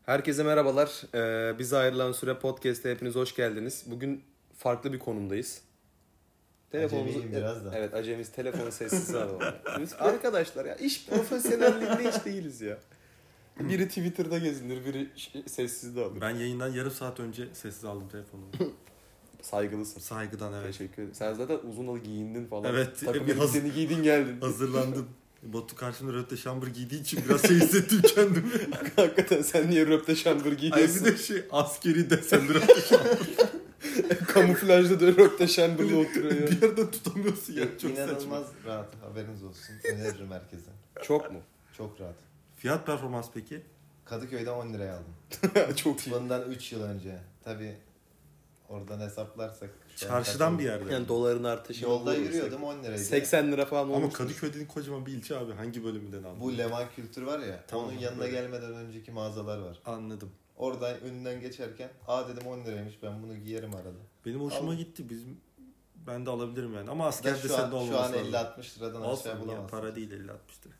Herkese merhabalar. Bize ayrılan süre podcast'te hepiniz hoş geldiniz. Bugün farklı bir konumdayız. Acemiyim biraz da. Evet, acemiz telefonu sessiz alalım. Arkadaşlar ya iş profesyonelliğinde hiç değiliz ya. Biri Twitter'da gezinir, biri sessizde alır. Ben yayından yarım saat önce sessiz aldım telefonumu. Saygılısın. Saygıdan evet. Teşekkür ederim. Sen zaten uzun giyindin falan. Evet. Takım elbiseni giydin geldin. Hazırlandım. Batu karşımda röpte şambur giydiği için biraz şey hissettim kendimi. Hakikaten sen niye röpte şambur giyiyorsun? Ay bir de askeri desenli röpte şambur. Kamuflajda da röpte şamburla oturuyor ya. Bir yerden tutamıyorsun ya. Çok İnanılmaz saçma. rahat, haberiniz olsun. Öneririm herkese. Çok mu? Çok rahat. Fiyat performans peki? Kadıköy'den 10 liraya aldım. Çok iyi. Bundan 3 yıl önce. Tabii oradan hesaplarsak. Çarşıdan bir yerde. Yani doların artışı. Yolda yürüyordum 10 liraydı. 80 lira falan olmuş. Ama Kadıköy dediğin kocaman bir ilçe abi. Hangi bölümünden aldın? Bu Leman Kültür var ya. Tamam, onun yanına böyle. gelmeden önceki mağazalar var. Anladım. Oradan önünden geçerken dedim 10 liraymış, ben bunu giyerim arada. Benim hoşuma gitti. Ben de alabilirim yani. Ama asker Şu desende an olmaması lazım. 50-60 liradan Olsun aşağı ya, bulamazsın. para değil 50-60 lira.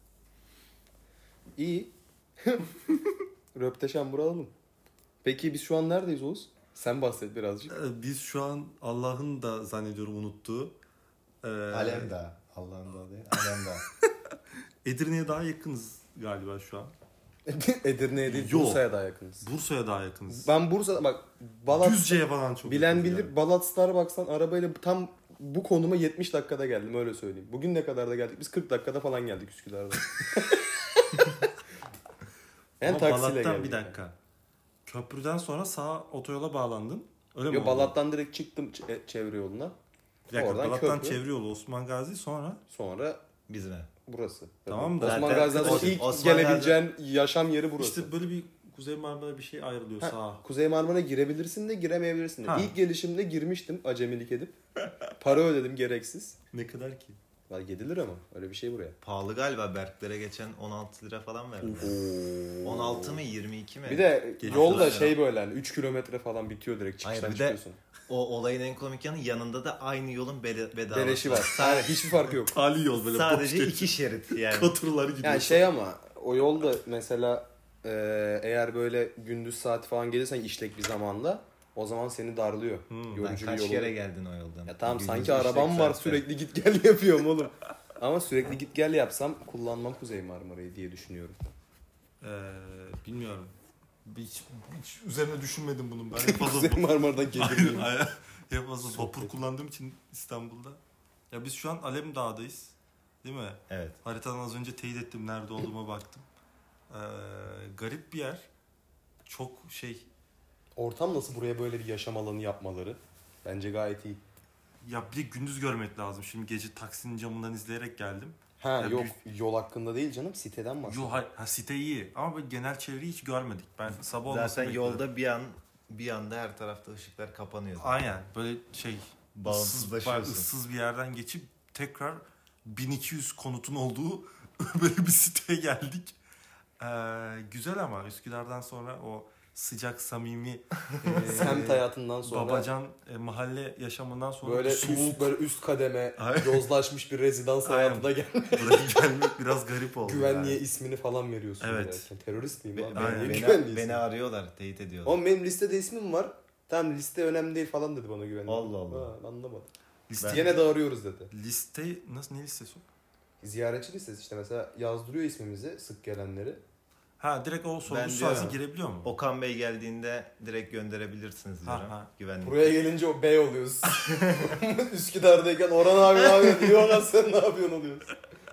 İyi. Röpte şambur alalım. Peki biz şu an neredeyiz Oğuz? Sen bahset birazcık. Biz şu an Allah'ın da zannediyorum unuttuğu Alemdağ. Allah'ın da değil. Alemdağ. Edirne'ye daha yakınız galiba şu an. Edirne'ye değil, Yok. Bursa'ya daha yakınız. Bursa'ya daha yakınız. Ben Bursa'da bak Balat Düzce'ye falan çok bilen yakınız bilir. yani. Balat Starbucks'tan arabayla tam bu konuma 70 dakikada geldim, öyle söyleyeyim. Bugün ne kadar da geldik? Biz 40 dakikada falan geldik Üsküdar'da. Ama taksiyle Balat'tan geldik. bir dakika. Köprüden sonra sağ otoyola bağlandın. Öyle mi Yo, oldu? Balat'tan direkt çıktım çevre yoluna. Bir dakika, oradan Balat'tan köprü. çevre yolu Osman Gazi sonra Sonra Biz ne? burası. Tamam da Osman zaten Gazi'den sonra ilk Osman gelebileceğin yaşam yeri burası. işte böyle bir Kuzey Marmara bir şey ayrılıyor sağa. Kuzey Marmara'ya girebilirsin de giremeyebilirsin de. Ha. İlk gelişimde girmiştim acemilik edip. Para ödedim gereksiz. Ne kadar ki? Var 7 lira mı? Öyle bir şey buraya. Pahalı galiba, Berklere geçen 16 lira falan verdim. 16 mı 22 mi? Bir de Geliyor yol da falan. böyle hani 3 kilometre falan bitiyor direkt, çıkıştan Hayır, bir de çıkıyorsun. O olayın en komik yanı, yanında da aynı yolun bedavası Beleşi var. Aynen, hiçbir farkı yok. Tali yol böyle Sadece boş 2 şerit yani. katırlar gidiyor. Yani şey ama o yolda mesela eğer böyle gündüz saati falan gelirsen işlek bir zamanda o zaman seni darlıyor. Ben Yorucu bir kaç yol kere oluyor. geldin o yoldan? Ya tamam, Gündüz sanki işlek arabam var, saatte. sürekli git gel yapıyorum oğlum. Ama sürekli git gel yapsam kullanmam Kuzey Marmara'yı diye düşünüyorum. Bilmiyorum. Hiç üzerine düşünmedim bunun. Ben hep fazla Kuzey Marmara'dan gelirim. Aynen. Hep fazla vapur kullandığım için İstanbul'da. Ya biz şu an Alemdağ'dayız. Değil mi? Evet. Haritadan az önce teyit ettim. Nerede olduğuma baktım. Garip bir yer. Çok Ortam nasıl, buraya böyle bir yaşam alanı yapmaları? Bence gayet iyi. ya bir de gündüz görmek lazım. Şimdi gece taksinin camından izleyerek geldim. Ha Ya yok, yol hakkında değil canım, siteden bahsediyorum. Site iyi ama böyle genel çevreyi hiç görmedik. Ben sabah olmasını Zaten bekliyorum. yolda bir anda her tarafta ışıklar kapanıyor. Aynen böyle Bağımsızlaşıyorsun. ıssız bir yerden geçip tekrar 1200 konutun olduğu böyle bir siteye geldik. Güzel ama Üsküdar'dan sonra o sıcak, samimi Semt hayatından sonra babacan mahalle yaşamından sonra böyle soğuk böyle üst kademe Aynen. yozlaşmış bir rezidans Aynen. hayatına buraya gelmek biraz garip oldu. güvenliğe yani. ismini falan veriyorsun. Evet. Derken. Terörist miyim abi? Aynen. Niye Beni, güvenli beni ismi? arıyorlar, teyit ediyorlar. Oğlum benim listede ismim var. Tamam, liste önemli değil falan dedi bana güvenli. Allah Allah. Ha, anlamadım. Liste, Yine de arıyoruz dedi. liste ne listesi o? Ziyaretçi listesi işte, mesela yazdırıyor ismimizi sık gelenleri. Ha direkt o sorgu Ben sahası diyorum. girebiliyor mu? Okan Bey geldiğinde direkt gönderebilirsiniz diyorum. Ha. Güvenlik. Buraya gelince o bey oluyoruz. Üsküdar'dayken Orhan abi ne yapıyorsun? İyi Orhan sen ne yapıyorsun oluyoruz.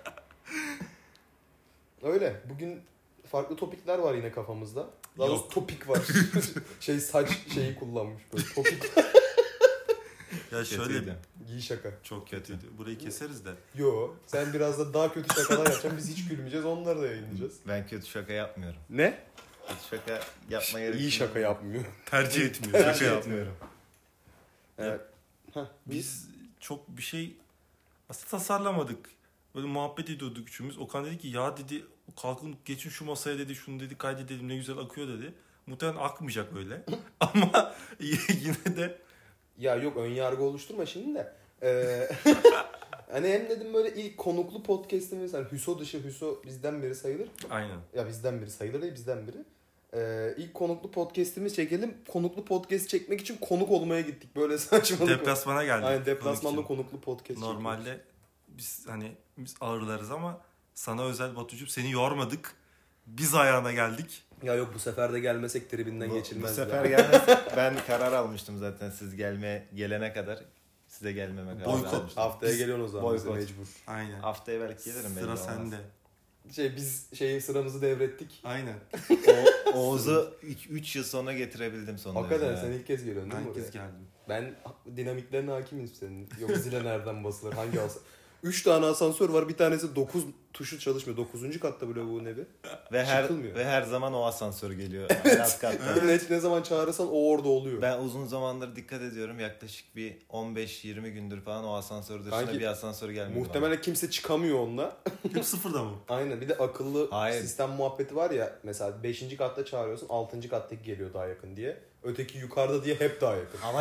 Öyle. Bugün farklı topikler var yine kafamızda. Daha doğrusu Yok. topik var. Saç şeyi kullanmış böyle. Topik. Ya şöyle Kötüydü. İyi şaka. çok kötüydü. Burayı keseriz de. Yo, sen biraz da daha kötü şakalar yapacaksın. Biz hiç gülmeyeceğiz, onları da yayınlayacağız. Ben kötü şaka yapmıyorum. Ne? Kötü şaka yapma gerek İyi şaka yapmıyor. Tercih etmiyor. Şaka Şaka yapmıyor. yapmıyorum. Evet. Biz çok bir şey aslında tasarlamadık. Böyle muhabbet ediyorduk üçümüz. Okan dedi ki ya dedi kalkın geçin şu masaya dedi, şunu dedi kaydedelim, ne güzel akıyor dedi. Muhtemelen akmayacak öyle. Ama yine de Ya yok, ön yargı oluşturma şimdi de. Hani hem dedim böyle ilk konuklu podcast'imiz, hani Hüso dışı, Hüso bizden biri sayılır. aynen. Ya bizden biri sayılır değil, bizden biri. İlk konuklu podcast'imizi çekelim. Konuklu podcast çekmek için konuk olmaya gittik. Böyle saçmalık. Deplasmana geldik. Aynen, deplasmanda Konuk için. konuklu podcast Normalde biz ağırlarız ama sana özel Batucuğum, seni yormadık. Biz ayağına geldik. Ya yok, bu sefer de gelmesek tribinden Bu geçilmez. sefer gelmez. Ben karar almıştım zaten siz gelene kadar. Size gelmeme kararı Boykot. almıştım. Haftaya geliyorsun o zaman, bize Boykot. mecbur. Aynen. Haftaya belki gelirim. belli Sıra olmaz. sende. Biz sıramızı devrettik. Aynen. Oğuz'u 3 yıl sonra getirebildim sonunda. Hakikaten Yani. sen ilk kez geliyorsun değil mi Herkes oraya? geldim. Ben dinamiklerine hakimim senin. Yok, zile nereden basılır, hangi asansör? 3 tane asansör var, bir tanesi 9 tuşu çalışmıyor. 9. katta bile bu evi. Çıkılmıyor. Ve her zaman o asansör geliyor. Alt katta. Ne zaman çağırırsan o orada oluyor. Ben uzun zamandır dikkat ediyorum. Yaklaşık bir 15-20 gündür falan o asansör dışında Kanki, bir asansör gelmedi. Muhtemelen kimse çıkamıyor onunla. Hep sıfırda mı? Aynen, bir de akıllı Hayır. sistem muhabbeti var ya. Mesela 5. katta çağırıyorsun, 6. kattaki geliyor daha yakın diye. Öteki yukarıda diye hep daha yakın. Ama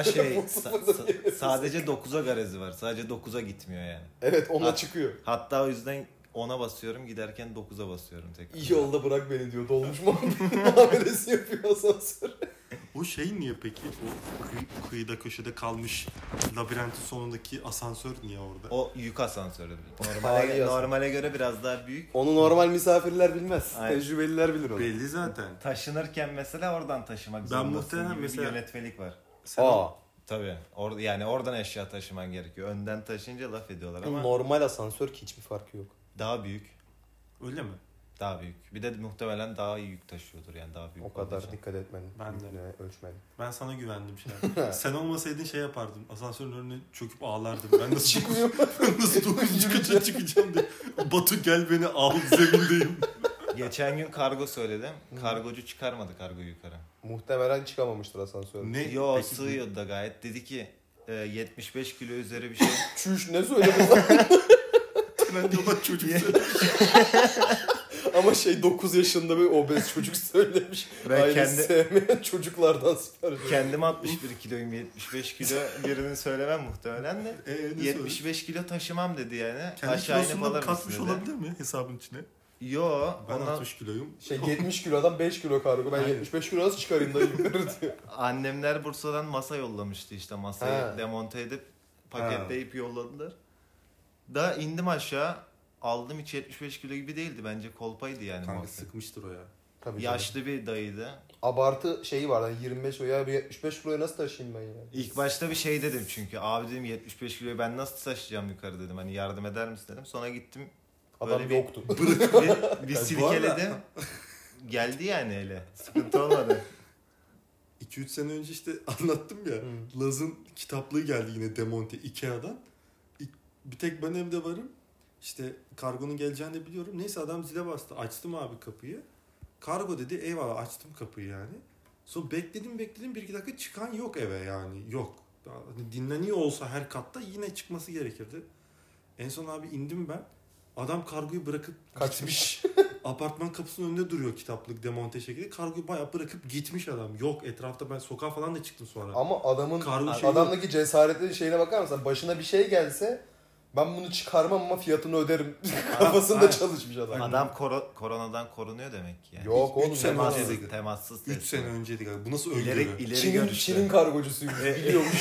sadece 9'a garezi var. Sadece 9'a gitmiyor yani. Evet, ona çıkıyor. Hatta o yüzden 10'a basıyorum, giderken 9'a basıyorum tekrar. İyi yolda bırak beni diyor. Dolmuş muamelesi yapıyor asansör. O şey niye peki? O kıyıda köşede kalmış labirentin sonundaki asansör niye orada? O yük asansörü. Hali Normale göre biraz daha büyük. Onu normal misafirler bilmez. Aynen. Tecrübeliler bilir onu. Belli zaten. Taşınırken mesela oradan taşımak Ben zorundasın muhtemelen gibi mesela- bir yönetmelik var. Aa, Tabii. Yani oradan eşya taşıman gerekiyor. Önden taşınca laf ediyorlar ama normal asansör ki hiçbir farkı yok. daha büyük. Öyle mi? Daha büyük. Bir de muhtemelen daha iyi yük taşıyordur yani daha büyük. O kadar olduğu için. dikkat etmedim. Ben de. Büyüklüğüne, ölçmedim. Ben sana güvendim şey. Sen olmasaydın şey yapardım. Asansörün önüne çöküp ağlardım. Ben nasıl Çıkmıyor. nasıl 9. kata çıkacağım diye. Batu gel beni al, zemindeyim. Geçen gün kargo söyledim. Kargocu çıkarmadı kargoyu yukarı. Muhtemelen çıkamamıştır asansör. Ne? Yo Peki, sığıyordu da gayet. Dedi ki 75 kilo üzeri bir şey. Çüş, ne söyledin lan? Ben de ona çocuk Ama 9 yaşında bir obez çocuk söylemiş. Ben Ailesi sevmeyen çocuklardan sipariş. Kendim 61 kiloyum, 75 kilo birini söylemem muhtemelen de. ne 75 kilo taşımam dedi yani. Kendi Aşağı inip kilosundan alır katmış mısın dedi. olabilir mi hesabın içine? Yo. Ben Ondan 60 kiloyum. 70 kilodan 5 kilo kargo. Ben Aynen. 75 kilo nasıl çıkarayım da yukarı diyor. annemler Bursa'dan masa yollamıştı işte. Masayı Ha. demonte edip paketleyip yolladılar. Da indim aşağı. Aldım, hiç 75 kilo gibi değildi. Bence kolpaydı yani. Kanka muhabbet. sıkmıştır o ya. Tabii canım. Yaşlı bir dayıydı. Abartı şeyi var. Yani 25 kilo. Ya bir 75 kiloyu nasıl taşıyayım ben ya? İlk başta bir şey dedim çünkü. Abi dedim 75 kiloyu ben nasıl taşıyacağım yukarı dedim. Hani yardım eder misin dedim. Sonra gittim. Adam böyle yoktu. Bir silkeledim. Geldi yani hele. Sıkıntı olmadı. 2-3 sene önce işte anlattım ya. Laz'ın kitaplığı geldi yine demonte Ikea'dan. Bir tek ben evde varım. İşte kargonun geleceğini de biliyorum. Neyse adam zile bastı. Açtım abi kapıyı. Kargo dedi. Eyvallah, açtım kapıyı yani. Sonra bekledim 1-2 dakika, çıkan yok eve yani. Yok. Hani dinleniyor olsa her katta yine çıkması gerekirdi. En son abi indim ben. Adam kargoyu bırakıp Kaçmış. apartman kapısının önünde duruyor kitaplık demonte şekilde. Kargoyu bayağı bırakıp gitmiş adam. Yok etrafta, ben sokağa falan da çıktım sonra. Ama adamın Kargo şey adamdaki cesaretli şeyine bakar mısın? Başına bir şey gelse ben bunu çıkarmam ama fiyatını öderim. Kafasında aynen. çalışmış adam. Adam koronadan korunuyor demek ki yani. Yok oğlum. Üç sene temassız. önce Temassız, temassız 3 test. sene önceydi galiba. Bu nasıl İleri, öngörü? ileri Çin'in görüşlü. kargocusuymuş. Biliyormuş.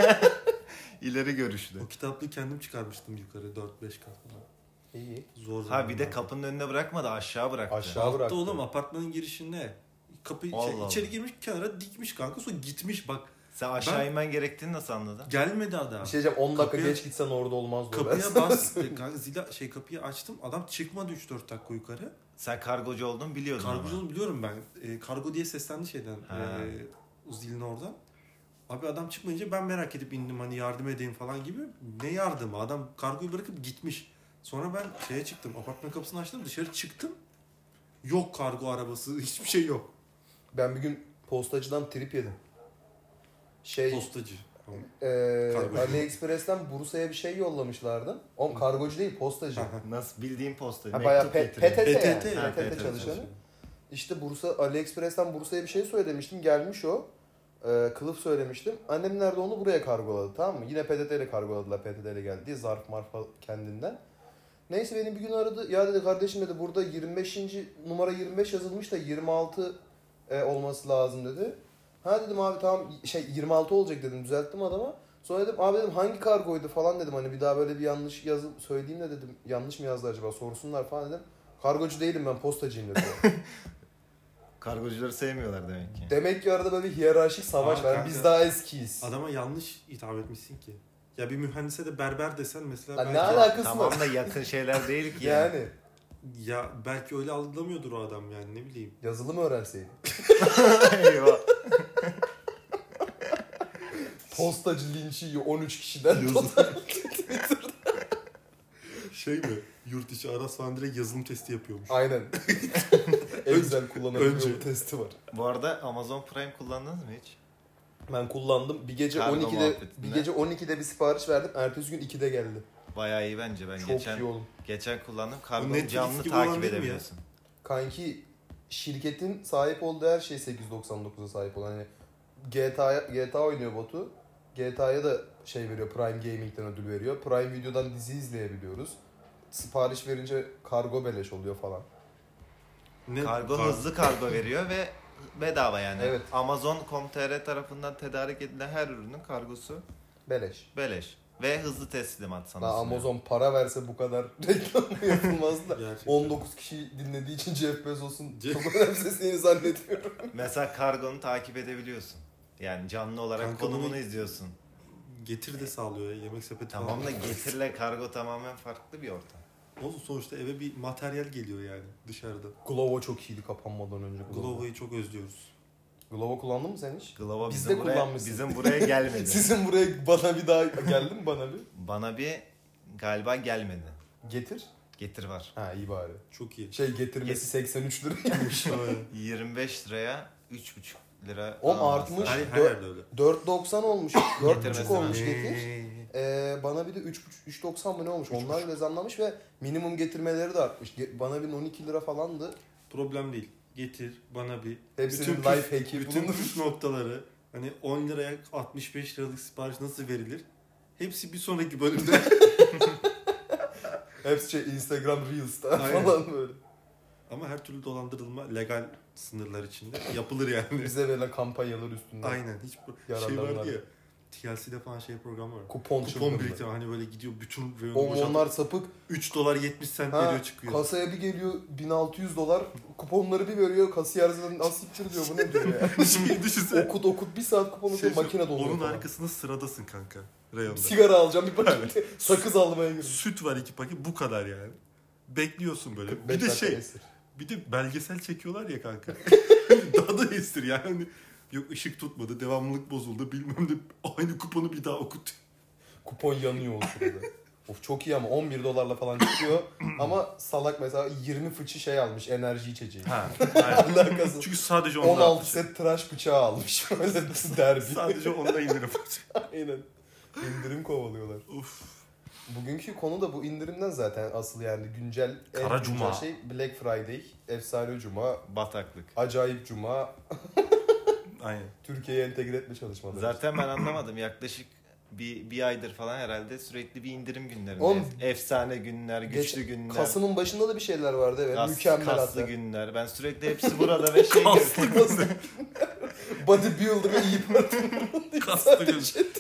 İleri görüşlü. O kitaplığı kendim çıkarmıştım yukarı 4-5 katına. İyi. Zor Ha bir de zamanlarda. kapının önüne bırakmadı, aşağı bıraktı. Aşağı Altta bıraktı. oğlum apartmanın girişinde. Kapıyı Allah Allah. içeri girmiş, kenara dikmiş kanka, sonra gitmiş bak. Sen aşağı inmen gerektiğini nasıl anladın? Gelmedi adam. Bir şey diyeceğim, 10 dakika Kapıya- geç gitsen orada olmaz. Kapıya bas. Kanka kapıyı açtım. Adam çıkmadı 3-4 dakika yukarı. Sen kargocu olduğunu biliyordun Kargocu ama. olduğunu biliyorum ben. Kargo diye seslendi şeyden. Ha. Zilin oradan. Abi adam çıkmayınca ben merak edip indim, hani yardım edeyim falan gibi. Ne yardımı? Adam kargoyu bırakıp gitmiş. Sonra ben şeye çıktım. Apartman kapısını açtım. Dışarı çıktım. Yok kargo arabası. Hiçbir şey yok. Ben bir gün postacıdan trip yedim. Postacı. Kargocu. AliExpress'ten Bursa'ya bir şey yollamışlardı. Oğlum kargocu değil, postacı. Nasıl bildiğin posta? Ha, bayağı mektup getiren. PTT yani. PTT. Ha, PTT PTT çalışanı. İşte AliExpress'ten Bursa'ya bir şey söylemiştim. Gelmiş o. Kılıf söylemiştim. Annem nerede onu buraya kargoladı, tamam mı? Yine PTT ile kargoladılar. PTT ile geldi diye. Zarf marfa kendinden. Neyse beni bir gün aradı. Ya dedi kardeşim dedi, burada 25. numara 25 yazılmış da 26 olması lazım dedi. Ha dedim abi tamam 26 olacak dedim, düzelttim adama. Sonra dedim abi dedim hangi kargoydu falan dedim, hani bir daha böyle bir yanlış yazı söyleyeyim de dedim, yanlış mı yazdı acaba sorsunlar falan dedim. Kargocu değilim ben, postacıyım dedi. Kargocuları sevmiyorlar demek ki. Demek ki arada böyle bir hiyerarşik savaş var. Kanka, Biz daha eskiyiz. Adama yanlış hitap etmişsin ki. Ya bir mühendise de berber desen mesela Ha, belki... ne alakası Tamam var? da yakın şeyler değil ki Yani Ya belki öyle algılamıyordur o adam yani, ne bileyim. yazılım öğrenseydi. Eyvah. Postacı linçi yiyor 13 kişiden. Şey mi? Yurt içi Aras falan direkt yazılım testi yapıyormuş. Aynen. Excel kullanabiliyor Önce. testi var. Bu arada Amazon Prime kullandınız mı hiç? Ben kullandım. Bir gece Kargo 12'de muhabbetinde. bir sipariş verdim. Ertesi gün 2'de geldi. Bayağı iyi bence. Ben Çok geçen iyi oğlum. kullandım. Bu Kargo Netflix canlı gibi olan takip değil mi ya? edebiliyorsun. Kanki şirketin sahip olduğu her şey 8.99'a sahip olan. Hani GTA oynuyor botu. GTA'ya da şey veriyor, Prime Gaming'den ödül veriyor. Prime Video'dan dizi izleyebiliyoruz. Sipariş verince kargo beleş oluyor falan. Kargo hızlı kargo veriyor ve bedava yani. Evet. Amazon.com.tr tarafından tedarik edilen her ürünün kargosu Beleş. beleş. Ve hızlı teslimat sana Daha sunuyor. Amazon para verse bu kadar reklam yapılmazdı da. Gerçekten. 19 kişi dinlediği için Jeff Bezos'un çok önemsediğini zannediyorum. Mesela kargonu takip edebiliyorsun. Yani canlı olarak Kanka konumunu bunu- izliyorsun. Getir de sağlıyor ya, yemek sepeti Tamam da falan. getirle kargo tamamen farklı bir ortam. Olsun, sonuçta eve bir materyal geliyor yani dışarıda. Glovo çok iyiydi kapanmadan önce. Glovo'yu çok özlüyoruz. Glovo kullandın mı sen hiç? Glovo Biz bizim de buraya, kullanmışsın. bizim buraya gelmedi. Sizin buraya bana bir daha geldi mi bana bir? Bana bir galiba gelmedi. Getir. Getir var. Ha iyi bari. Çok iyi. Getirmesi 83 liraymış. 25 liraya 3,5 lira. Oğlum falan artmış. aslında. Her yerde öyle. 4.90 olmuş. 4.5 Getirmesi olmuş lazım. getir. Bana bir de 3.90 mı ne olmuş? Onlar bile zamlamış ve minimum getirmeleri de artmış. Bana bir 12 lira falandı. Problem değil. Getir bana bir. Hepsinin Bütün life hack'i Bütün bulunur. püf noktaları, hani 10 liraya 65 liralık sipariş nasıl verilir? Hepsi bir sonraki bölümde. Hepsi Instagram Reels'ta Aynen. falan böyle. Ama her türlü dolandırılma legal sınırlar içinde yapılır yani. Bize verilen kampanyalar üstünden. Aynen. Hiç bu şey Yararlanlar. vardı ya. TLC'de falan şey programı var. Kupon Kupon çılgınlığı. biriktirme, hani böyle gidiyor bütün reyonu Onlar boşaltıp sapık. $3.70 veriyor çıkıyor. Kasaya bir geliyor $1.600. Kuponları bir veriyor. Kasiyer zaten asiktir diyor. Bu ne diyor ya? Şey düşünsene. okut 1 saat kupon okuyor. Makine doluyor Onun falan. arkasında sıradasın kanka. Reyonda. Sigara alacağım bir paket. Sakız almaya gidiyorum. Süt var 2 paket, bu kadar yani. Bekliyorsun böyle. 45 Bir de dakika şey, esir. bir de belgesel çekiyorlar ya kanka. Daha da estir yani. Hani yok ışık tutmadı, devamlılık bozuldu, bilmem ne, aynı kuponu bir daha okut. Kupon yanıyor o sırada. Of çok iyi ama $11 falan çıkıyor. Ama salak mesela 20 fıçı şey almış, enerji içeceği. Ha. Alakası. Çünkü sadece onda 16 set tıraş bıçağı almış. Öyle derbi. Sadece onda indirim. Aynen. İndirim kovalıyorlar. Uf. Bugünkü konu da bu indirimden zaten asıl yani güncel Kara en güncel Cuma. şey Black Friday, Efsane Cuma, Bataklık. Acayip Cuma, Aynen. Türkiye'ye entegre etme çalışmaları. Zaten ben anlamadım. Yaklaşık bir aydır falan herhalde sürekli bir indirim günlerindeyiz. Oğlum, Efsane günler, güçlü günler. Kasım'ın başında da bir şeyler vardı evet. Mükemmel kaslı hatta. günler. Ben sürekli hepsi burada ve şey görüyorum. Bodybuilder ve iyi parti. Kastı gün.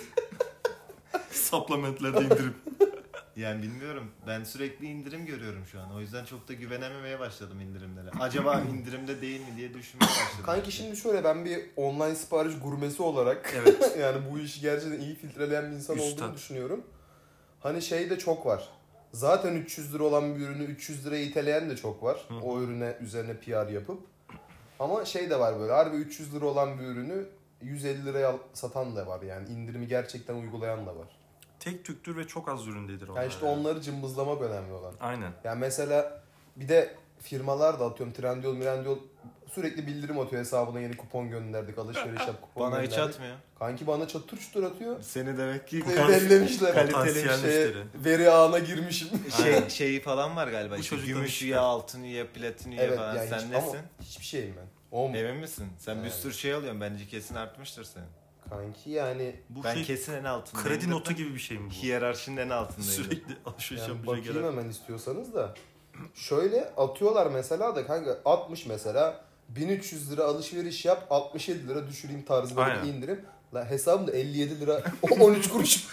Supplementlerde indirim. Yani bilmiyorum. Ben sürekli indirim görüyorum şu an. O yüzden çok da güvenememeye başladım indirimlere. Acaba indirimde değil mi diye düşünmeye başladım. Kanki şimdi şöyle, ben bir online sipariş gurmesi olarak Evet. yani bu işi gerçekten iyi filtreleyen bir insan Üstad. olduğumu düşünüyorum. Hani şey de çok var. Zaten 300 lira olan bir ürünü 300 liraya iteleyen de çok var. Hı. O ürüne üzerine PR yapıp. Ama şey de var böyle, harbi 300 lira olan bir ürünü 150 liraya satan da var yani. İndirimi gerçekten uygulayan da var. Tek tüktür ve çok az üründedir onlar. Yani işte onları cımbızlamak önemli olan. Aynen. Yani mesela bir de firmalar da atıyorum Trendyol sürekli bildirim atıyor, hesabına yeni kupon gönderdik, alışveriş yap kupon Bana gönderdik. hiç atmıyor. Kanki bana çatır çutur atıyor. Seni demek ki Bellemişler. kaliteli Potansiyel bir şey. müşteri. Veri ağına girmişim. Şeyi falan var galiba. Bu İşte çocuklar gümüş işte. üye, altın üye, platin üye Evet falan. yani Sen hiç, nesin? ama hiçbir şeyim ben. O mu? Emin misin? Sen bir Yani. sürü şey alıyorsun. Bence kesin artmıştır senin. Kanki yani Bu Ben şey kesin en altındayım. kredi notu gibi bir şey mi bu? Hiyerarşinin en altındayım. Sürekli alışveriş yani yapınca bakayım gelen. hemen istiyorsanız da. Şöyle atıyorlar mesela da kanka, atmış mesela 1300 lira alışveriş yap, 67 lira düşüreyim tarzında bir Aynen. indirim. La hesabımda 57 lira 13 kuruş.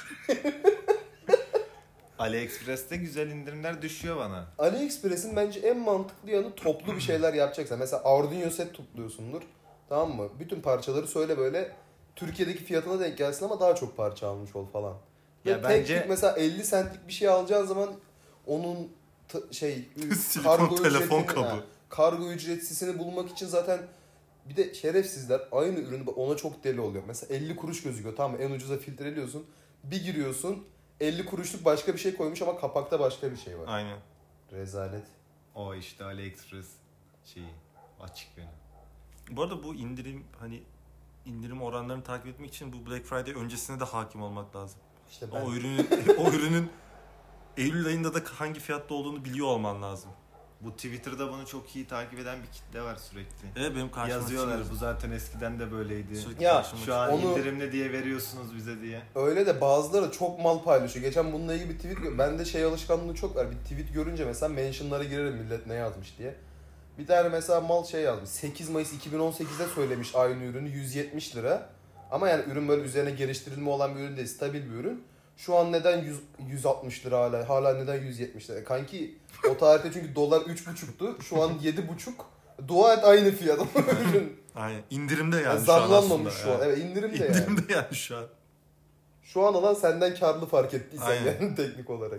AliExpress'te güzel indirimler düşüyor bana. AliExpress'in bence en mantıklı yanı toplu bir şeyler yapacaksan. Mesela Arduino set topluyorsundur. Tamam mı? Bütün parçaları söyle böyle Türkiye'deki fiyatına denk gelsin ama daha çok parça almış ol falan. Ya Ve bence- tek tük mesela 50 centlik bir şey alacağın zaman onun Silikon telefon ücretini- kabı. kargo ücretsizini bulmak için zaten bir de şerefsizler aynı ürünü ona çok deli oluyor. Mesela 50 kuruş gözüküyor, tamam mı? En ucuza filtreliyorsun. Bir giriyorsun 50 kuruşluk başka bir şey koymuş ama kapakta başka bir şey var. Aynen. Rezalet. O işte AliExpress şeyi açık yönü. Bu arada bu indirim oranlarını takip etmek için bu Black Friday öncesine de hakim olmak lazım. İşte ben O ürünün Eylül ayında da hangi fiyatta olduğunu biliyor olman lazım. Bu Twitter'da bunu çok iyi takip eden bir kitle var sürekli. Evet, benim karşıma Yazıyorlar çıkıyor. bu zaten eskiden de böyleydi. Sürekli Ya, karşıma Şu an Onu- indirimli diye veriyorsunuz bize diye. öyle de bazıları çok mal paylaşıyor. Geçen bununla ilgili bir tweet bende şey alışkanlığı çok var. Bir tweet görünce mesela mentionlara girerim millet ne yazmış diye. Bir tane mesela mal şey yazmış. 8 Mayıs 2018'de söylemiş aynı ürünü 170 lira. Ama yani ürün böyle üzerine geliştirilme olan bir ürün değil, stabil bir ürün. Şu an neden 160 lira hala neden 170 lira? Kanki o tarihte çünkü dolar 3,5'tu. Şu an 7,5. Dua et aynı fiyat ama ürün. Aynen. İndirimde yani, Yani şu an zamlanmamış aslında. şu an. Evet indirimde yani. İndirimde yani şu an. Şu an alan senden karlı fark ettiysen Aynen. yani teknik olarak.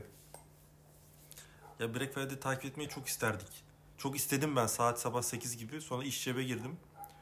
Ya Black Friday'i takip etmeyi çok isterdik. Çok istedim ben saat sabah 8 gibi. Sonra iş cebe girdim.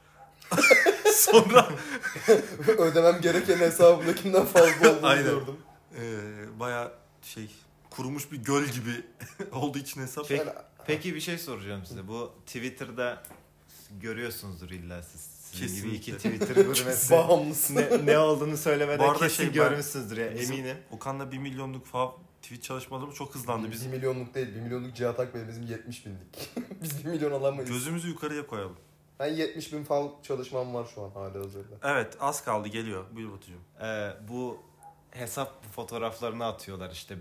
Sonra Ödemem gereken hesabımdakinden fazla olduğunu Aynen. gördüm. bayağı kurumuş bir göl gibi olduğu için hesap. Peki, Yani- peki bir şey soracağım size. Bu Twitter'da görüyorsunuzdur illa siz. Sizin gibi iki Kesinlikle. Twitter gurmesi. Bağımlısın. ne olduğunu Bu söylemeden arada kesin ben- görmüşsünüzdür ya bizim eminim. Okan'la 1 milyonluk falan tweet çalışmalarımız çok hızlandı. 1 Biz milyonluk değil. 1 milyonluk Cihat Akbey bizim 70 binlik. Biz 1 milyon alamayız. gözümüzü yukarıya koyalım. Ben 70 bin falan çalışmam var şu an hala hazırda. Evet, az kaldı, geliyor. Buyur Batucuğum. Bu hesap fotoğraflarını atıyorlar işte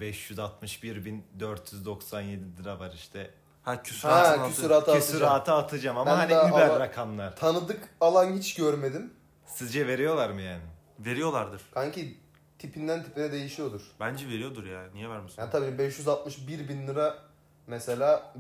561.497 lira var işte. Küsuratını küsuratı atacağım. Küsuratı atacağım ama Ben hani de über ama- rakamlar. Tanıdık alan hiç görmedim. Sizce veriyorlar mı yani? veriyorlardır. Kanki tipinden tipine değişiyordur. Bence veriyordur ya. Niye vermesin? Yani tabii 561 bin lira mesela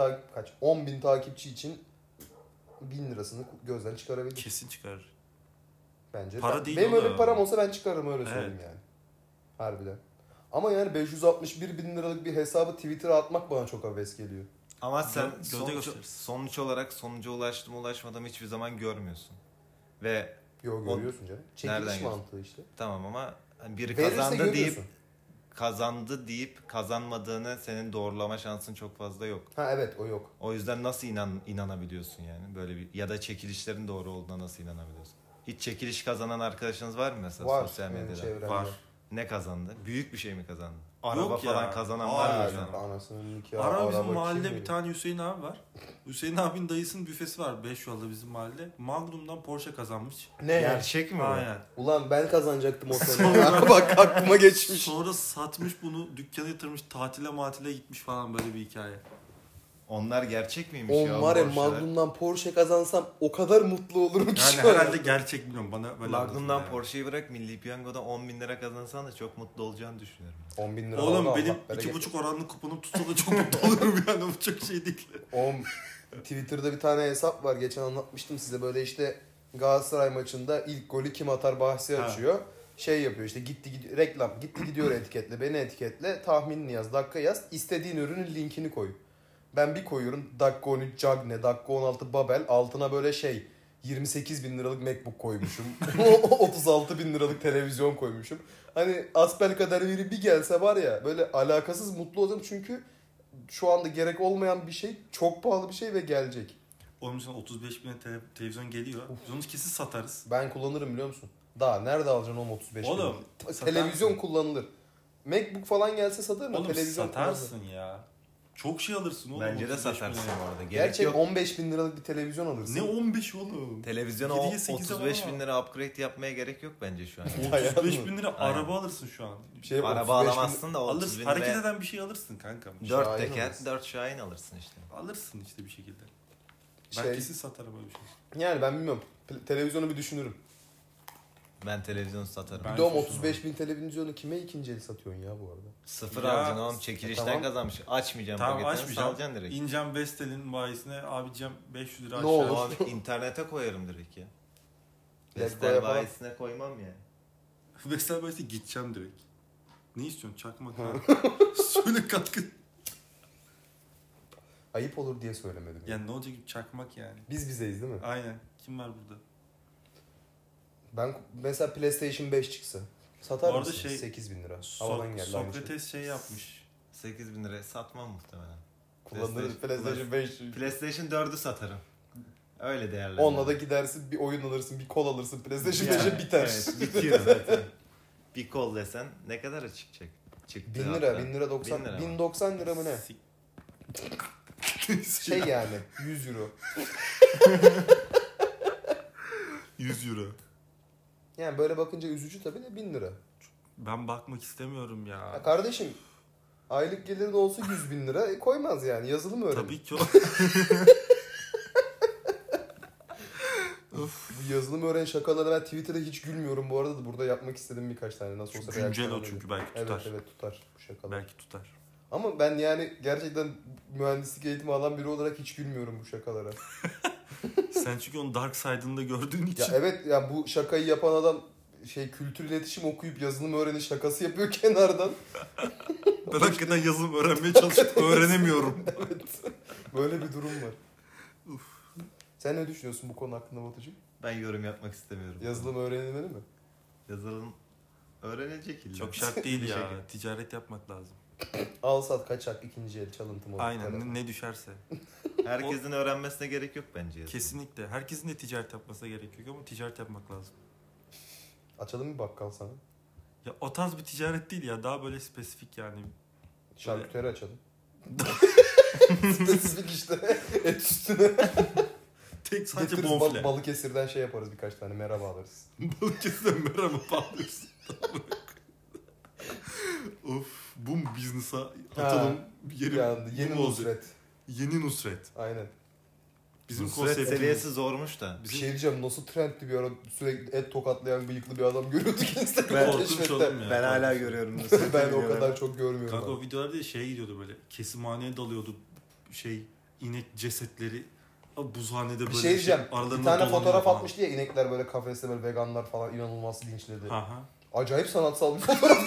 10 bin takipçi için 1000 lirasını gözden çıkarabilir. Kesin çıkarır. Bence. Para değil Benim o öyle da. bir param olsa ben çıkarırım öyle Evet. söyleyeyim yani. Harbiden. Ama yani 561 bin liralık bir hesabı Twitter'a atmak bana çok heves geliyor. Ama sen Gövde gösteririz. sonuç olarak sonuca ulaştım ulaşmadım hiçbir zaman görmüyorsun. Ve Yo görüyorsun canım. Nereden Çekiliş görüyorsun? mantığı işte. tamam ama hani biri Verirse kazandı görüyorsun. kazandı deyip kazanmadığını senin doğrulama şansın çok fazla yok. Ha evet o yok. O yüzden nasıl inanabiliyorsun yani böyle bir ya da çekilişlerin doğru olduğuna nasıl inanabiliyorsun? Hiç çekiliş kazanan arkadaşınız var mı mesela Var. sosyal benim medyada? çevremde. Var. Ne kazandı? Büyük bir şey mi kazandı? Araba Yok ya. falan kazanan Aa, var mı Ha, şu an? evet. anasının nikahı. Ara bizim araba mahallede kim bir tane Hüseyin abi var. Hüseyin abinin dayısının büfesi var 5 yolda bizim mahallede. Magnum'dan Porsche kazanmış. Ne? Gerçek mi bu? Aynen. Ulan ben kazanacaktım o sene. Bak aklıma geçmiş. Sonra satmış bunu, dükkana yatırmış, tatile gitmiş falan, böyle bir hikaye. Onlar gerçek miymiş ya? On var ya Porsche'ler? Magnum'dan Porsche kazansam o kadar mutlu olurum ki Yani şu an. herhalde gerçek, bilmiyorum, bana böyle Magnum'dan anlatıldı yani. Porsche'yi bırak Milli Piyango'da 10 bin lira kazansan da çok mutlu olacağını düşünüyorum. 10 bin lira Oğlum oldu, benim Allah bereket. 2,5 oranlı kuponum tutsa da çok mutlu olurum yani, bu çok şey değil. Twitter'da bir tane hesap var. Geçen anlatmıştım size. Böyle işte Galatasaray maçında ilk golü kim atar bahsi Ha. açıyor. Şey yapıyor işte reklam. Gitti gidiyor etiketle. Beni etiketle. Tahminini yaz. Dakika yaz. İstediğin ürünün linkini koy. Ben bir koyuyorum. Dakika 13 Cagne. Dakika 16 Babel. Altına böyle 28 bin liralık MacBook koymuşum. 36 bin liralık televizyon koymuşum. Hani asbelkader biri bir gelse var ya böyle alakasız mutlu olacağım çünkü şu anda gerek olmayan bir şey, çok pahalı bir şey ve gelecek. Onun için 35 bine televizyon geliyor. Biz onu kesin satarız. Ben kullanırım biliyor musun? Daha nerede alacaksın oğlum 35 Oğlum, bin? satarsın. Televizyon kullanılır. MacBook falan gelse satarım da Oğlum televizyon satarsın kullanılır. ya. Çok şey alırsın oğlum. Bence de 35 satarsın bine. bu arada. Gerek Gerçek yok. 15 bin liralık bir televizyon alırsın. Ne 15 oğlum? Televizyona 7'ye 8'e 35 falan bin lira upgrade yapmaya gerek yok bence şu an. 35 bin lira Aynen. araba alırsın şu an. Şey, Araba 35 bin- alamazsın da 30 Alırsın. bin Hareket liraya eden bir şey alırsın kankam. 4 Şahin teker alırsın. 4 Şahin alırsın işte. Alırsın işte bir şekilde. Ben Şey, kesin satarım öyle bir şey. yani ben bilmiyorum. Televizyonu bir düşünürüm. Ben televizyonu satarım. Ben- Bir de o suçum 35 bin televizyonu kime ikinci el satıyorsun ya bu arada? Sıfır Ya, alacaksın oğlum. Çekilişten tamam. kazanmış. Açmayacağım Tamam paketini, açmayacağım. salacaksın direkt. İneceğim Vestel'in bayisine abicem 500 lira Ne aşağı. olur. Abi internete koyarım direkt ya. Ya, Vestel koya falan. bayisine koymam ya. Vestel bayisine gideceğim direkt. Ne istiyorsun? Çakmak ha. Söyle katkı. Ayıp olur diye söylemedim. Yani. Yani ne olacak gibi çakmak yani. Biz bizeyiz değil mi? Aynen. Kim var burada? Ben mesela PlayStation 5 çıksa satar Bu arada mısın? şey- 8 bin lira. Havadan geldi aynı şey. Sokrates şey yapmış. 8.000 liraya satmam muhtemelen. Kullanırız PlayStation 5. PlayStation 4'ü satarım. Öyle değerlendir. Onunla da gidersin bir oyun alırsın, bir kol alırsın. PlayStation Yani, 5'e biter. Evet, bitiyor zaten. Bir kol desen ne kadara çıkacak? Çıktı 1000 lira, hatta. 1000 lira 90, 1000 lira mı? 1090 lira mı ne? Şey yani 100 euro. 100 euro. Yani böyle bakınca üzücü tabii de 1000 lira. Ben bakmak istemiyorum ya. Ya kardeşim aylık geliri de olsa 100 bin lira koymaz yani yazılım öğren. Tabii ki o. Bu yazılım öğren şakaları ben Twitter'da hiç gülmüyorum bu arada da burada yapmak istedim birkaç tane nasıl olsa. Güncel reaksiyon o alayım. çünkü belki Evet tutar. evet tutar bu şakalar. Belki tutar. Ama ben yani gerçekten mühendislik eğitimi alan biri olarak hiç gülmüyorum bu şakalara. Sen çünkü onun dark side'ını da gördüğün Ya için. evet ya bu şakayı yapan adam şey kültür iletişim okuyup yazılım öğreni şakası yapıyor kenardan. Ben hakikaten yazılım öğrenmeye çalışıp öğrenemiyorum. Evet. Böyle bir durum var. Sen ne düşünüyorsun bu konu hakkında Batucuğum? Ben yorum yapmak istemiyorum. Yazılım öğrenilmeli mi? Yazılım öğrenecek illa. Çok şart değil Bir ya. şekilde. Ticaret yapmak lazım. Al sat kaçak ikinci el çalıntı mı? Aynen ne düşerse. Herkesin öğrenmesine gerek yok bence yazılım. Kesinlikle. Herkesin de ticaret yapmasına gerek yok ama ticaret yapmak lazım. Açalım bir bakkal sana. Ya o tarz bir ticaret değil ya. Daha böyle spesifik yani. Şarküteri açalım. Spesifik işte. Et üstüne. Tek sadece Getiririz bonfile. Balıkesir'den şey yaparız birkaç tane merhaba alırız. Balıkesir'den merhaba bağlıyorsun. Of. Bu mu business'a atalım. Yeri, Yani bu yeni mu olacak? Nusret. Yeni Nusret. Aynen. Bizim Nusret konseptimiz. seviyesi zormuş da. Bir şey diyeceğim nasıl trendli bir ara sürekli et tokatlayan bıyıklı bir adam görüyorduk Instagram Ben- Korkunç keşfette. oğlum ya. Ben hala Korkunç. görüyorum Nusret'i. Ben o bilmiyorum. kadar çok görmüyorum. Kanka o abi. videolarda şeye gidiyordu böyle. Kesimhaneye dalıyordu. inek cesetleri. Buzhanede böyle Bir şey diyeceğim. Bir aralarında tane dolanıyor fotoğraf falan. atmıştı ya inekler böyle kafeste böyle veganlar falan inanılmaz linçledi. Aha. Acayip sanatsal bir fotoğraf.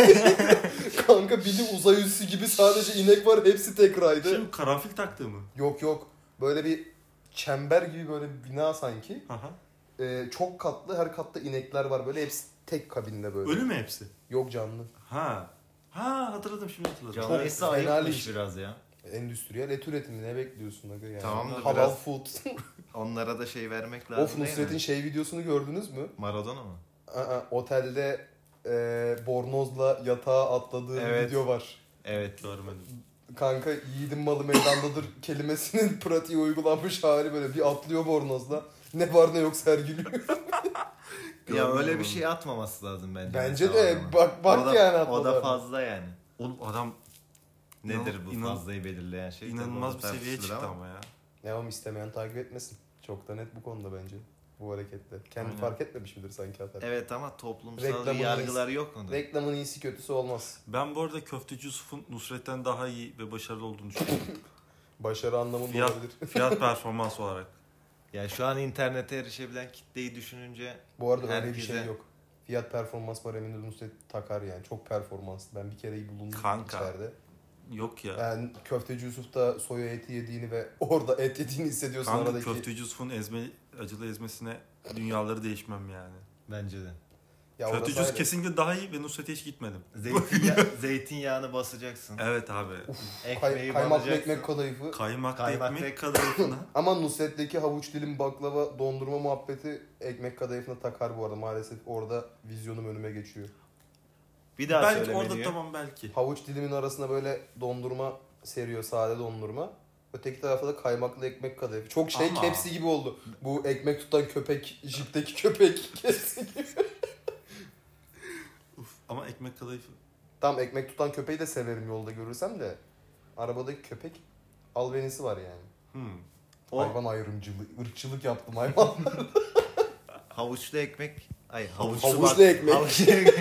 Kanka biri uzay üssü gibi sadece inek var hepsi tek raydı. Şey karanfil taktığı mı? Yok yok. Böyle bir çember gibi böyle bir bina sanki. Aha. Çok katlı her katta inekler var böyle hepsi tek kabinde böyle. Ölü mü hepsi? Yok canlı. Ha. Ha hatırladım şimdi hatırladım. Canlıysa Çok fena ayıpmış linç. biraz ya. Endüstriyel et üretimi ne bekliyorsun aga yani? Tamam da Halal biraz- food. Onlara da şey vermek lazım Of değil Nusret'in mi? şey videosunu gördünüz mü? Maradona mı? Otelde bornozla yatağa atladığı bir Evet. video var. Evet. Görmedim. Kanka yiğidin malı meydandadır kelimesinin pratiği uygulanmış hali böyle bir atlıyor bornozla. Ne var ne yok sergiliyor. Ya Görmedim öyle bir onu. şey atmaması lazım bence. Bence mesela de adama. bak O da- yani O da atmalar. fazla yani. Oğlum adam Nedir bu İnan- fazlayı belirleyen şey? inanılmaz Tabii bir o da seviyeye tartışılır çıktı ama. ama ya. Ne oğlum istemeyen takip etmesin. Çok da net bu konuda bence. Bu hareketle. Kendi Aynen. fark etmemiş midir sanki atar? Evet ama toplumsal Reklamın yargılar yok mu? Reklamın iyisi kötüsü olmaz. Ben bu arada Köfteci Yusuf'un Nusret'ten daha iyi ve başarılı olduğunu düşünüyorum. Başarı anlamında Fiyat- olabilir. Fiyat performans olarak. Ya şu an internete erişebilen kitleyi düşününce Bu arada öyle bir Herkese- şey yok. Fiyat performans bareminde Nusret takar yani. Çok performanslı. Ben bir kere iyi bulundum Kanka. içeride. Yok ya. Yani Köfteci Yusuf'ta soya eti yediğini ve orada et yediğini hissediyorsun Kanka aradaki. Köfteci Yusuf'un acılı ezmesine dünyaları değişmem yani. bence de. Ya Köfteci orası Yusuf ayrı. kesinlikle daha iyi ve Nusret'e hiç gitmedim. Zeytinyağını basacaksın. Evet abi. Ekmeği Kaymaklı banacaksın. ekmek kadayıfı. Kaymaklı Kaymaklı ekmek ek- kadayıfına. Ama Nusret'teki havuç dilim baklava dondurma muhabbeti ekmek kadayıfına takar bu arada. Maalesef orada vizyonum önüme geçiyor. Bir daha Belki söyle orada menüyü. tamam belki. Havuç dilimin arasına böyle dondurma seriyor, sade dondurma. Öteki tarafa da kaymaklı ekmek kadayıfı. Çok şey Ama- kepsi gibi oldu. Bu ekmek tutan köpek, jipteki köpek kepsi gibi. Uf, ama ekmek kadayıfı. Tam ekmek tutan köpeği de severim yolda görürsem de. Arabadaki köpek albenisi var yani. O Hayvan ayrımcılığı, ırkçılık yaptım hayvan. havuçlu ekmek. Ay Havuçlu ekmek. Havuçlu ekmek.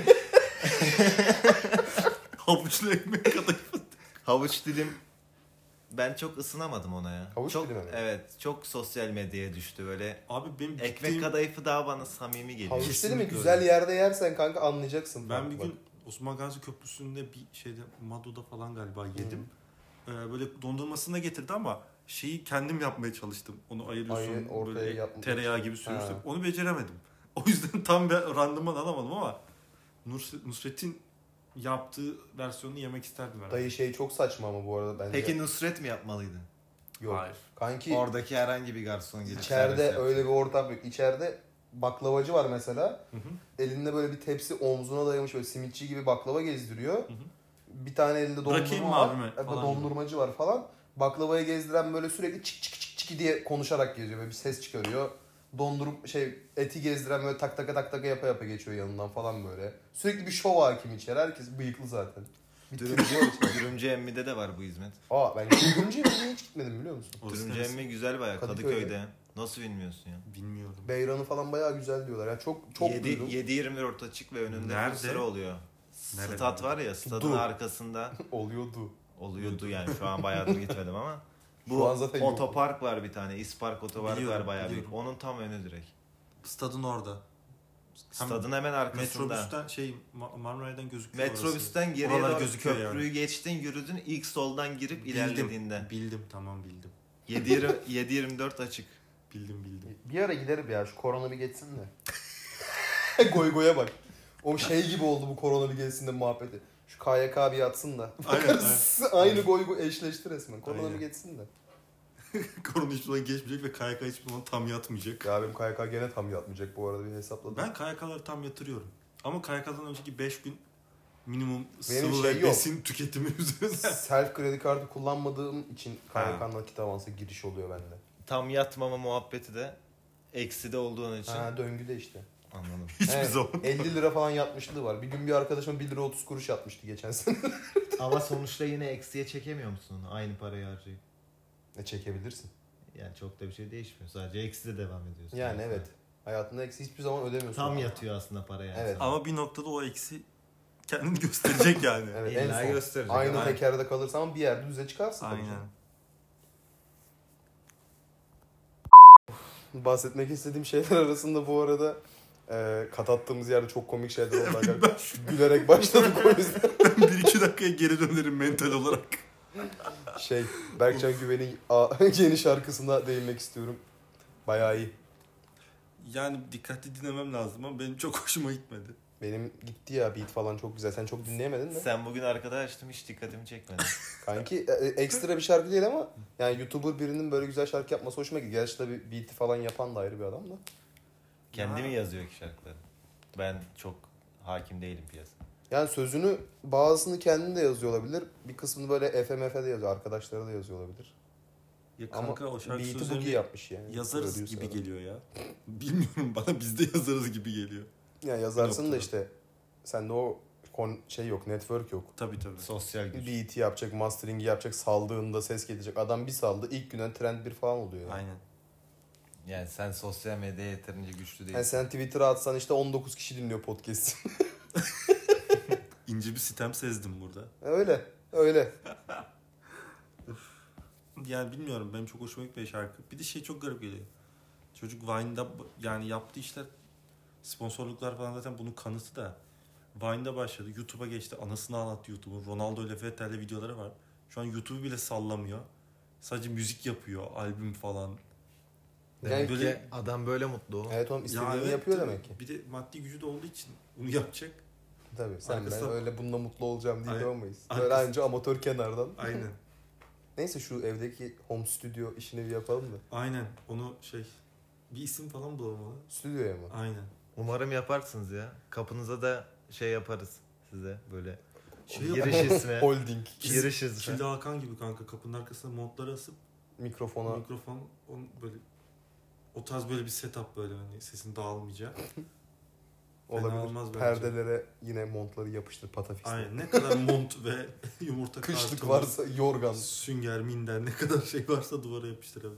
Havuçlu ekmek kadayıfı. Havuç dilim. Ben çok ısınamadım ona ya. Havuç çok, dilimi mi? Evet, çok sosyal medyaya düştü böyle. Abi benim Ekmek gittiğim... kadayıfı daha bana samimi geliyor. Havuç dedi mi Kesinlikle güzel öyle. yerde yersen kanka anlayacaksın. Ben farkı bir bak. gün Osman Gazi Köprüsü'nde bir şeyde Mado'da falan galiba yedim. Böyle dondurmasını da getirdi ama şeyi kendim yapmaya çalıştım. Onu ayırıyorsun Ayı ortaya böyle yapmak tereyağı için. gibi sürüyorsun. Ha. Onu beceremedim. O yüzden tam bir randıman alamadım ama Nusret'in yaptığı versiyonunu yemek isterdim herhalde. Dayı şey çok saçma ama bu arada bence. Peki Nusret mi yapmalıydı? Yok. Hayır. Kanki Oradaki herhangi bir garson gelip içeride servis yaptı. öyle bir ortam yok. İçeride baklavacı var mesela. Hı hı. Elinde böyle bir tepsi omzuna dayamış böyle simitçi gibi baklava gezdiriyor. Bir tane elinde Bırakayım dondurma mı var. abime Evet, falan dondurmacı var falan. Baklavayı gezdiren böyle sürekli çık çık çık çık diye konuşarak geziyor. Böyle bir ses çıkarıyor. Eti gezdiren böyle tak taka tak taka yapa yapa geçiyor yanından falan böyle. Sürekli bir şov hakim içeri. Herkes bıyıklı zaten. Dürümcü Emmi'de de var bu hizmet. Ben Gülümcü'ye hiç gitmedim biliyor musun? Orası Dürümcü neresi? Emmi güzel bayağı Kadıköy'de. Kadıköy'de. Nasıl bilmiyorsun ya? Bilmiyorum. Beyran'ı falan bayağı güzel diyorlar. Yani çok duydum. 7-24 açık ve önünde Nerede? bir sıra oluyor. Nerede? Stat var ya, stadın Du. arkasında Oluyordu. oluyordu yani, şu an bayağıdır gitmedim ama. Şu Bu an zaten yok. otopark var bir tane, İspark otopark Biliyorum, var bayağı büyük. biliyorum. Onun tam önü direkt. Stadın orada. Hem Stadın hemen arkasında. Metrobüsten Marmaray'dan gözüküyor Metrobüsten orası. geriye Oralar doğru gözüküyor köprüyü yani. geçtin, yürüdün, ilk soldan girip ilerlediğinde. Bildim tamam bildim. 7-24 açık. Bildim. Bir ara giderim ya şu korona bir geçsin de. Goy bak. O şey gibi oldu bu korona bir geçsin de muhabbeti. Şu KYK bir yatsın da. Aynen. Aynı goy eşleşti resmen. Korona Aynen. bir geçsin de. Korona hiçbir zaman geçmeyecek ve KYK hiçbir zaman tam yatmayacak. Ya benim KYK gene tam yatmayacak bu arada bir hesapladım. Ben KYK'ları tam yatırıyorum. Ama KYK'dan önceki 5 gün minimum Benim sıvı şey ve yok. besin tüketimi üzerine. Self kredi kartı kullanmadığım için Ha. KYK nakit avansa giriş oluyor bende. Tam yatmama muhabbeti de ekside olduğun için. Ha döngüde işte. Anladım. Hiçbir Evet, zaman. 50 lira falan yatmışlığı var. Bir gün bir arkadaşıma 1 lira 30 kuruş yatmıştı geçen sene. Ama sonuçta yine eksiye çekemiyor musun aynı parayı harcayıp? Ne çekebilirsin. Yani çok da bir şey değişmiyor. Sadece ekside devam ediyorsun. Yani aslında. evet. Hayatında eksi hiçbir zaman ödemiyorsun. Tam yatıyor aslında para yani. Evet. sana. Ama bir noktada o eksi kendini gösterecek yani. Evet, İlla en son. gösterecek. Aynı Aynen. tekerde kalırsan ama bir yerde düze çıkarsın. tabii Aynen. canım. Bahsetmek istediğim şeyler arasında bu arada kat attığımız yerde çok komik şeyler oldu. arkadaşlar. Gülerek başladık o yüzden. Ben 1-2 dakikaya geri dönerim mental olarak. Berkcan Güven'in yeni şarkısına değinmek istiyorum. Bayağı iyi. Yani dikkatli dinlemem lazım ama benim çok hoşuma gitmedi. Benim gitti ya beat falan çok güzel. Sen çok dinleyemedin mi? Sen bugün arkada açtım, hiç dikkatimi çekmedi. Kanki ekstra bir şarkı değil ama yani YouTuber birinin böyle güzel şarkı yapması hoşuma gitti. Gerçi tabii beat'i falan yapan da ayrı bir adam da. Kendi Ya. mi yazıyor ki şarkıları? Ben çok hakim değilim piyasaya. Yani sözünü bazısını kendi de yazıyor olabilir. Bir kısmını böyle FMF'de yazıyor. Arkadaşları da yazıyor olabilir. Ya Ama kanka o şarkı beat'i sözlerini Boogie yapmış yani. yazarız Producer gibi adam. geliyor ya. Bilmiyorum, bana biz de yazarız gibi geliyor. Ya yazarsın da Noktada. işte sende o şey yok, network yok. Tabii. Sosyal güç. Beat'i yapacak, mastering'i yapacak, saldığında ses gelecek. Adam bir saldı, ilk günden trend bir falan oluyor. Yani. Aynen. Yani sen sosyal medyaya yeterince güçlü değilsin. Yani sen Twitter'a atsan işte 19 kişi dinliyor podcast. İnce bir sitem sezdim burada. öyle. Yani bilmiyorum, benim çok hoşuma gitmiyor şarkı. Bir de şey çok garip geliyor. Çocuk Vine'da yani yaptığı işler, sponsorluklar falan zaten bunun kanıtı da. Vine'da başladı, YouTube'a geçti, anasını ağlattı YouTube'un. Ronaldo ile Vettel'le videoları var. Şu an YouTube'u bile sallamıyor. Sadece müzik yapıyor, albüm falan. Demek Böyle- ki adam böyle mutlu. Evet oğlum istediğini evet, yapıyor tabii. demek ki. Bir de maddi gücü de olduğu için bunu yapacak. Tabii sen Arkasında- ben öyle bununla mutlu olacağım diye Aynen. yapamayız. Böyle Arkası- anca amatör kenardan. Aynen. Neyse şu evdeki home stüdyo işini bir yapalım da. Aynen. Onu bir isim falan bulalım ona. Stüdyoya mı? Aynen. Umarım yaparsınız ya. Kapınıza da şey yaparız size böyle. Şey Giriş ismi. Holding. Giriş ismi. Kilde Hakan gibi kanka, kapının arkasına montları asıp Mikrofona. mikrofon böyle o tarz böyle bir setup, böyle hani sesin dağılmayacağı. Olabilir. olmaz bence. Perdelere yine montları yapıştır patafisle. Aynen. Ne kadar mont ve yumurta Kışlık kartonu, varsa yorgan. sünger, minder, ne kadar şey varsa duvara yapıştırabiliriz.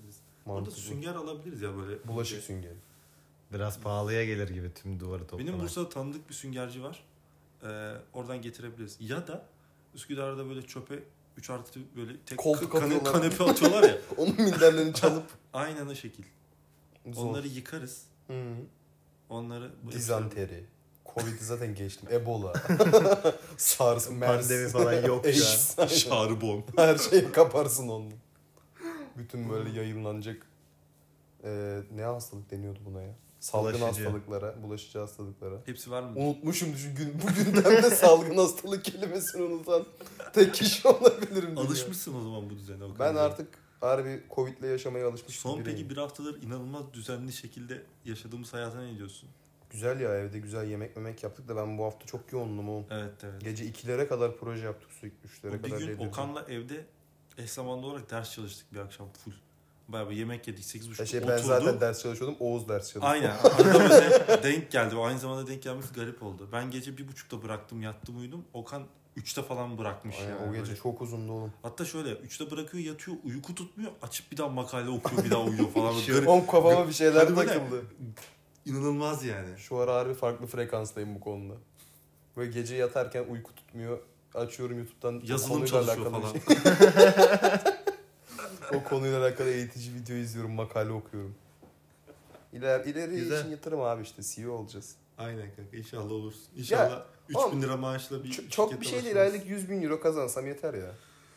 Orada Mantıklı. sünger alabiliriz ya böyle. Bulaşık süngeri. Biraz pahalıya gelir gibi tüm duvarı toplamak. Benim Bursa'da tanıdık bir süngerci var. Oradan getirebiliriz. Ya da Üsküdar'da böyle çöpe 3+1 böyle tek Koltuk atıyorlar. kanepe atıyorlar ya. Onun minderlerini çalıp. Aynen o şekil. Zor. Onları yıkarız. Hı. Onları Dizanteri. Covid'i zaten geçtim. Ebola. SARS, MERS. Pandemi falan yok şu an. Şarbon. Her şeyi kaparsın onun. Bütün böyle yayınlanacak ne hastalık deniyordu buna ya? Salgın Bulaşıcı. hastalıklara, bulaşıcı hastalıklara. Hepsi var mı? Unutmuşum düşün. Bugünden de salgın hastalık kelimesini unutan tek kişi olabilirim. dünyada. Alışmışsın o zaman bu düzene. O Ben kadar. artık harbi Covid'le yaşamaya alışmış Son biriyim. peki bir haftadır inanılmaz düzenli şekilde yaşadığımız hayata ne diyorsun? Güzel ya, evde güzel yemek yaptık da ben bu hafta çok yoğundum oğlum. Evet evet. Gece 2'lere kadar proje yaptık, sürekli 3'lere Bir kadar. gün dedim. Okan'la evde eş zamanlı olarak ders çalıştık bir akşam full. Bayağı bir yemek yedik 8.30'da ben oturduk. zaten ders çalışıyordum, Oğuz ders çalışıyordu. Aynen. Arada böyle denk geldi. O aynı zamanda denk gelmesi garip oldu. Ben gece 1.30'da bıraktım, yattım, uyudum. Okan 3'te falan bırakmış Aynen, yani. o gece böyle. çok uzundu oğlum. Hatta şöyle 3'te bırakıyor, yatıyor, uyku tutmuyor. Açıp bir daha makale okuyor, bir daha uyuyor falan. Böyle garip. Oğlum kafama bir şeyler Hani böyle- takıldı. İnanılmaz yani. Şu ara harbi farklı frekanstayım bu konuda. Böyle gece yatarken uyku tutmuyor. Açıyorum YouTube'dan Yazılım konuyla çalışıyor alakalı falan. bir şey. O konuyla alakalı eğitici video izliyorum, makale okuyorum. İleri Güzel. için yatırım abi, işte CEO olacağız. Aynen kanka inşallah olursun. İnşallah 3.000 lira maaşla bir Çok bir şirkete şey değil, başlarsın. aylık 100.000 euro kazansam yeter ya.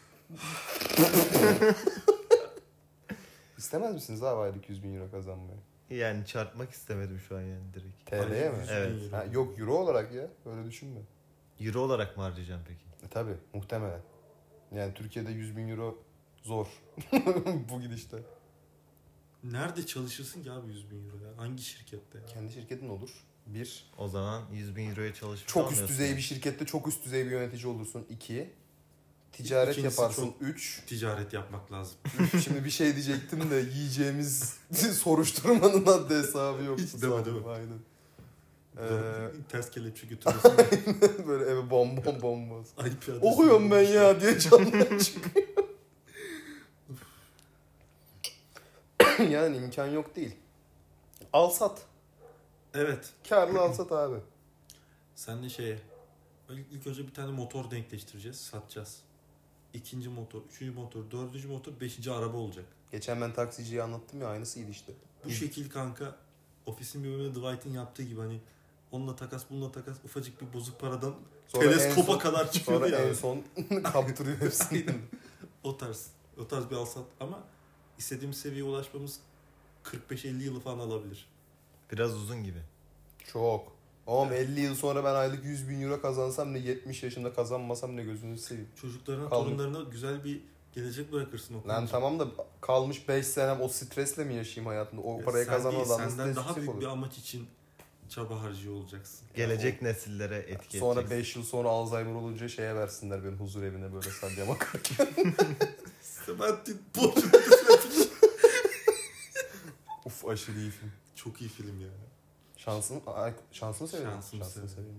İstemez misiniz abi aylık 100.000 euro kazanmayı? Yani çarpmak istemedim şu an yani direkt. TL'ye mi? Evet. Ha, yok euro olarak ya, öyle düşünme. Euro olarak mı harcayacaksın peki? Tabi muhtemelen. Yani Türkiye'de 100.000 euro zor bu gidişte. Nerede çalışırsın ki abi 100.000 euro ya? Hangi şirkette? Kendi şirketin olur. Bir, O zaman 100.000 euroya çalışmış çok üst olmuyorsun. düzey bir şirkette çok üst düzey bir yönetici olursun. 2, ticaret İkincisi yaparsın. çok- 3, Ticaret yapmak lazım. şimdi bir şey diyecektim de yiyeceğimiz soruşturmanın haddi hesabı yok. Hiç deme, değil mi? Aynen. Ters kelepçe götürüyorsun. Böyle eve bomba. IP adresi Okuyorum ben bulmuşlar. ya diye canlı çıkıyor. Yani imkan yok değil. Al sat. Evet. Karlı al sat abi. Sen de ilk önce bir tane motor denkleştireceğiz, satacağız. İkinci motor, üçüncü motor, dördüncü motor, beşinci araba olacak. Geçen ben taksiciye anlattım ya, aynısıydı işte. Bu şekil kanka ofisin bir bölümünde Dwight'in yaptığı gibi hani onunla takas bununla takas ufacık bir bozuk paradan Sonra en teleskopa son- kadar çıkıyordu Sonra ya. en son kaptırıyor hepsini. O tarz bir alsat ama istediğimiz seviyeye ulaşmamız 45-50 yılı falan alabilir. Biraz uzun gibi. Çok. Oğlum 50 yıl sonra ben aylık 100.000 euro kazansam ne, 70 yaşında kazanmasam ne, gözünü seveyim. Çocuklarına, Kaldı. torunlarına güzel bir gelecek bırakırsın o Lan konuda. tamam da kalmış 5 senem o stresle mi yaşayayım hayatımda? O parayı Sen kazanan değil, adam senden stresli daha büyük olur. bir amaç için çaba harcıyor olacaksın. Gelecek nesillere etki Sonra edeceksin. 5 yıl sonra Alzheimer olunca şeye versinler beni, huzur evine böyle salya bakarken. Sebahattin Borç'un Uf, aşırı iyi film. çok iyi film ya. Şansını severim. Şansını severim. severim.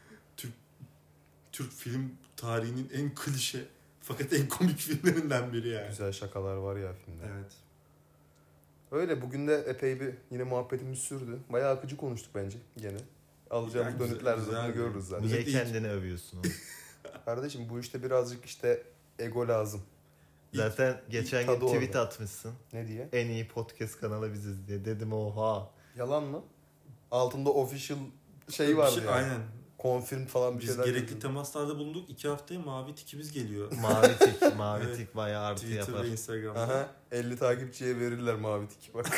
Türk film tarihinin en klişe fakat en komik filmlerinden biri yani. Güzel şakalar var ya filmde. Evet. Öyle, bugün de epey bir yine muhabbetimiz sürdü. Bayağı akıcı konuştuk bence gene. Alacağımız Yani güzel- dönütler de güzel bunu bir- görürüz zaten. Niye Özellikle kendini övüyorsun oğlum? Kardeşim bu işte birazcık işte ego lazım. Zaten geçen tadı gün tweet orada. atmışsın. Ne diye? En iyi podcast kanalı biziz diye. Dedim oha. Yalan mı? Altında official şey vardı yani. Aynen. Confirm falan bir Biz şeyler. gerekli yazıyordu. temaslarda bulunduk. 2 haftaya mavi tikimiz geliyor. Mavi Evet. tik bayağı artı Twitter yapar. ve Instagram'da. Aha, 50 takipçiye verirler mavi tik bak.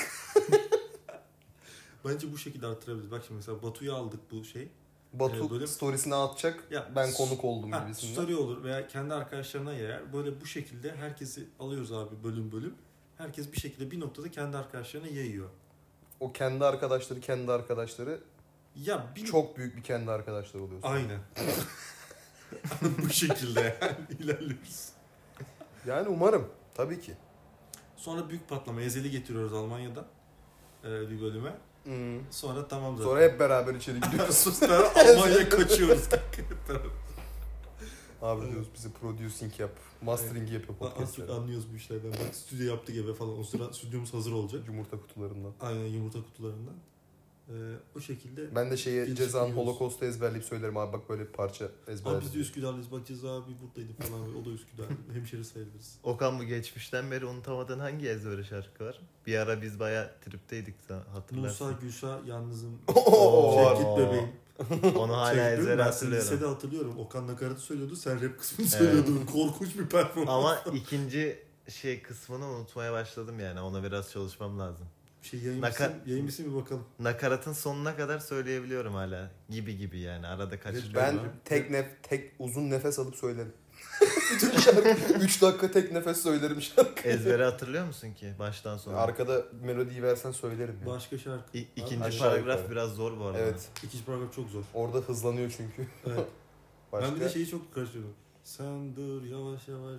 Bence bu şekilde arttırabiliriz. Bak şimdi mesela Batu'yu aldık bu şey. Batu Böyle- storiesine atacak. Ya, Ben konuk oldum Ha, gibisinden. story olur veya kendi arkadaşlarına yayar. Böyle bu şekilde herkesi alıyoruz abi bölüm bölüm. Herkes bir şekilde bir noktada kendi arkadaşlarına yayıyor. O kendi arkadaşları Ya bir çok büyük bir kendi arkadaşlar oluyor. sonra. Aynen. Bu şekilde yani ilerliyoruz. Yani umarım. Tabii ki. Sonra büyük patlama. Ezel'i getiriyoruz Almanya'dan bir bölüme. Sonra tamam zaten. Sonra hep beraber içeri gidiyoruz. Sonra Almanya'ya kaçıyoruz. Abi diyoruz bize producing yap, mastering yap Az çok podcast'ları. anlıyoruz bu işlerden. Bak stüdyo yaptık eve falan. O sıra stüdyomuz hazır olacak. Yumurta kutularından. Aynen yumurta kutularından. O şekilde. Ben de Gelişip Ceza'nın gidiyoruz. Holocaust'u ezberleyip söylerim abi bak böyle bir parça Abi biz de ezberledim. Üsküdar'lıyız. Bak Ceza abi buradaydı falan. O da Üsküdar. Hemşeri sayılırız. Okan bu geçmişten beri unutamadığın hangi ezbere şarkı var? Bir ara biz bayağı tripteydik hatırlarsın. Musa Gülşah yalnızım. Oo, Şevket bebeğim. Onu hala Şevket bebeğim, ezbere ben hatırlıyorum. Lisede hatırlıyorum. Okan nakaratı söylüyordu. Sen rap kısmını Evet. söylüyordun. Korkunç bir performans. Ama ikinci kısmını unutmaya başladım yani. Ona biraz çalışmam lazım. Yayın bitsin bir bakalım. Nakaratın sonuna kadar söyleyebiliyorum hala. Gibi yani. Arada kaçırıyorum. Ben tek uzun nefes alıp söylerim. Bütün şarkı 3 dakika tek nefes söylerim şarkı. Ezbere hatırlıyor musun ki baştan sona? Arkada melodiyi versen söylerim. Ya. Başka şarkı. İkinci Aşağı paragraf yukarı. biraz zor bu arada. Evet. İkinci paragraf çok zor. Orada hızlanıyor çünkü. Evet. Başka? Ben bir de şeyi çok karıştırıyorum. Sen dur yavaş yavaş.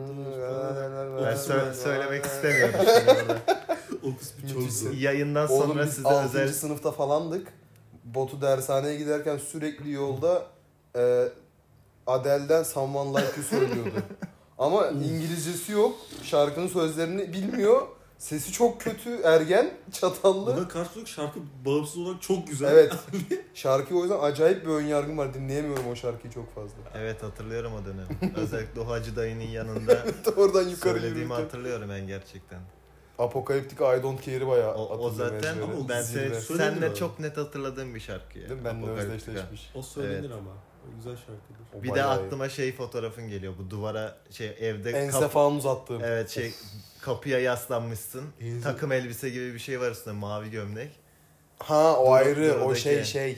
Ben Ben söylemek istemiyorum şimdi orada. O kısmı çok Müthiş. zor. Yayından Oğlum sonra biz size 6. özel sınıfta falandık. Batu dershaneye giderken sürekli yolda Adele'den Someone Like You söylüyordu. Ama İngilizcesi yok. Şarkının sözlerini bilmiyor. Sesi çok kötü, ergen, çatallı. Buna karşılık şarkı bağımsız olarak çok güzel. Evet. Şarkıyı o yüzden acayip bir önyargım var. Dinleyemiyorum o şarkıyı çok fazla. Evet hatırlıyorum o dönem. Özellikle o Hacı dayının yanında Oradan yukarı söylediğimi yürürken. hatırlıyorum ben gerçekten. Apokaliptik I Don't Care'i bayağı O zaten ezbere. Ama o ben Zirve. söylenir senle abi. çok net hatırladığım bir şarkı ya. Değil mi? Benimle Apokaliptika. özdeşleşmiş. O söylenir Evet. ama. O güzel şarkıdır. O Bir de bayağı iyi. aklıma fotoğrafın geliyor. Bu duvara evde Ense falan uzattığım. evet kapıya yaslanmışsın. Ense- Takım elbise gibi bir şey var üstünde, mavi gömlek. Ha o ayrı. O Duradaki.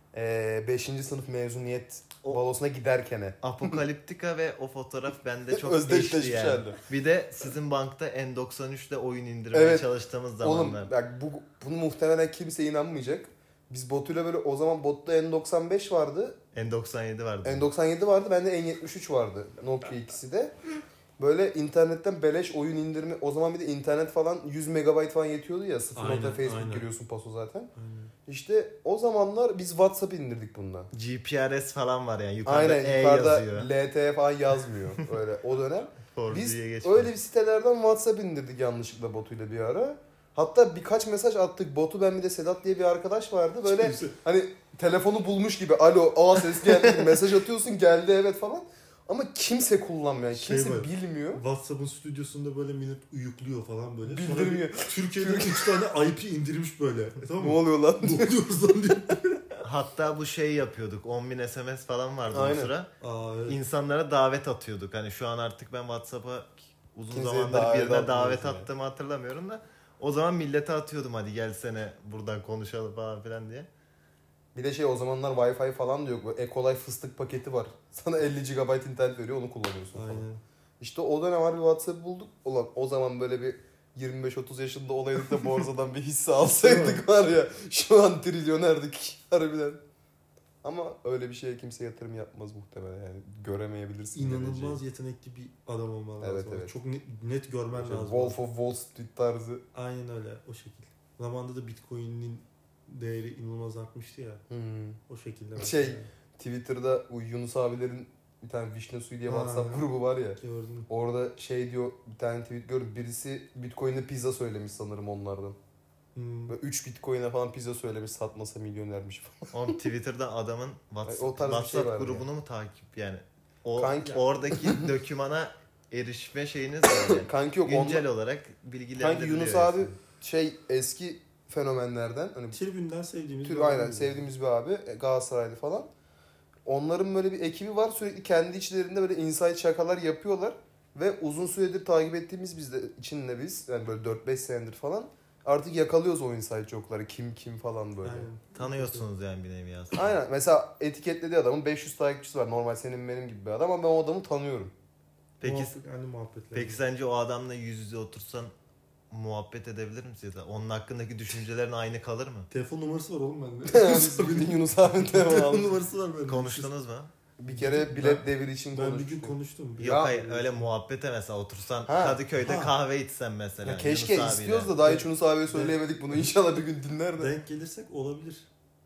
5. sınıf mezuniyet O- balosuna giderken. Apokaliptika ve o fotoğraf bende çok Özdeşleşmiş eşli yani. halde. Bir de sizin bankta N93'te oyun indirmeye Evet. çalıştığımız Oğlum zamanlar. bak bunu muhtemelen kimse inanmayacak. Biz Batu'yla böyle o zaman Bot'ta N95 vardı. N97 vardı. N97 vardı. Bende N73 vardı. Nokia ikisi de. Böyle internetten beleş oyun indirme. O zaman bir de internet falan 100 MB falan yetiyordu ya. 0 Aynen, nokta Facebook aynen. giriyorsun paso zaten. Aynen. İşte o zamanlar biz WhatsApp indirdik bundan. GPRS falan var yani. Yukarıda Aynen yukarıda yazıyor. LTE falan yazmıyor. Öyle o dönem. 4G'ye Biz geçmiyor. öyle bir sitelerden WhatsApp indirdik yanlışlıkla Batu'yla bir ara. Hatta birkaç mesaj attık. Batu, ben bir de Sedat diye bir arkadaş vardı. Böyle Kimse- hani telefonu bulmuş gibi alo ses geldi mesaj atıyorsun geldi evet falan. Ama kimse kullanmıyor. Yani Şey kimse var. bilmiyor. WhatsApp'ın stüdyosunda böyle millet uyukluyor falan böyle. Sonra Bildirmiyor. Türkiye'de 3 tane IP indirmiş böyle. Tamam Ne mı? oluyor lan? Ne oluyoruz lan diye. Hatta bu yapıyorduk. 10.000 SMS falan vardı Aynen. o sıra. Aa, evet. İnsanlara davet atıyorduk. Hani şu an artık ben WhatsApp'a uzun Kimseye zamandır davet birine davet atmıyoruz yani. attığımı hatırlamıyorum da. O zaman millete atıyordum, hadi gelsene buradan konuşalım falan filan diye. Bir de o zamanlar Wi-Fi falan da yok. Böyle Ecolay fıstık paketi var. Sana 50 GB internet veriyor onu kullanıyorsun falan. Aynen. İşte o dönem var bir WhatsApp bulduk. Ulan o zaman böyle bir 25-30 yaşında olaydık da borsadan bir hisse alsaydık var ya. Şu an trilyonerdik harbiden. Ama öyle bir şeye kimse yatırım yapmaz muhtemelen yani. Göremeyebilirsin. İnanılmaz geleceği. yetenekli bir adam olman lazım. Evet, evet. Çok net görmen lazım. Wolf of Wall Street tarzı. Aynen öyle o şekil. Zamanında da Bitcoin'in değeri inanılmaz artmıştı ya. O şekilde. Şey, Twitter'da bu Yunus abilerin bir tane Vişne Suyu diye Ha. WhatsApp grubu var ya. Gördüm. Orada diyor, bir tane tweet gördüm. Birisi Bitcoin'de pizza söylemiş sanırım onlardan. Böyle 3 Bitcoin'e falan pizza söylemiş, satmasa milyonermiş falan. Oğlum Twitter'da adamın O tarz bir şey WhatsApp var grubunu yani. mu takip yani? O Kanki. oradaki dokümana erişme şeyiniz var yani. Kanki yok Güncel olarak bilgilendiriliyor. Kanki Yunus yani. abi eski fenomenlerden. Hani Tribünden sevdiğimiz bir aynen adam. sevdiğimiz bir abi. Galatasaraylı falan. Onların böyle bir ekibi var. Sürekli kendi içlerinde böyle inside şakalar yapıyorlar. Ve uzun süredir takip ettiğimiz biz de içinde biz yani böyle 4-5 senedir falan artık yakalıyoruz o inside joke'ları. Kim falan böyle. Aynen. Tanıyorsunuz yani bir nevi aslında. Aynen. Mesela etiketlediği adamın 500 takipçisi var. Normal senin benim gibi bir adam ama ben o adamı tanıyorum. Peki, Aynı muhabbetler. peki sence o adamla yüz yüze otursan muhabbet edebilir misin? Onun hakkındaki düşüncelerin aynı kalır mı? Telefon numarası var oğlum bende. Bildiğin Yunus abinin telefonu Telefon almış. numarası var bende. Konuştunuz mu? Bir kere bilet devri için Ben bir konuştuk. gün konuştum. Yok hayır, öyle muhabbete mesela otursan Ha. Kadıköy'de Ha. kahve içsen mesela. Ya keşke Yunus abiyle. istiyoruz da daha hiç Yunus abiye söyleyemedik bunu. İnşallah bir gün dinler de. Denk gelirsek olabilir.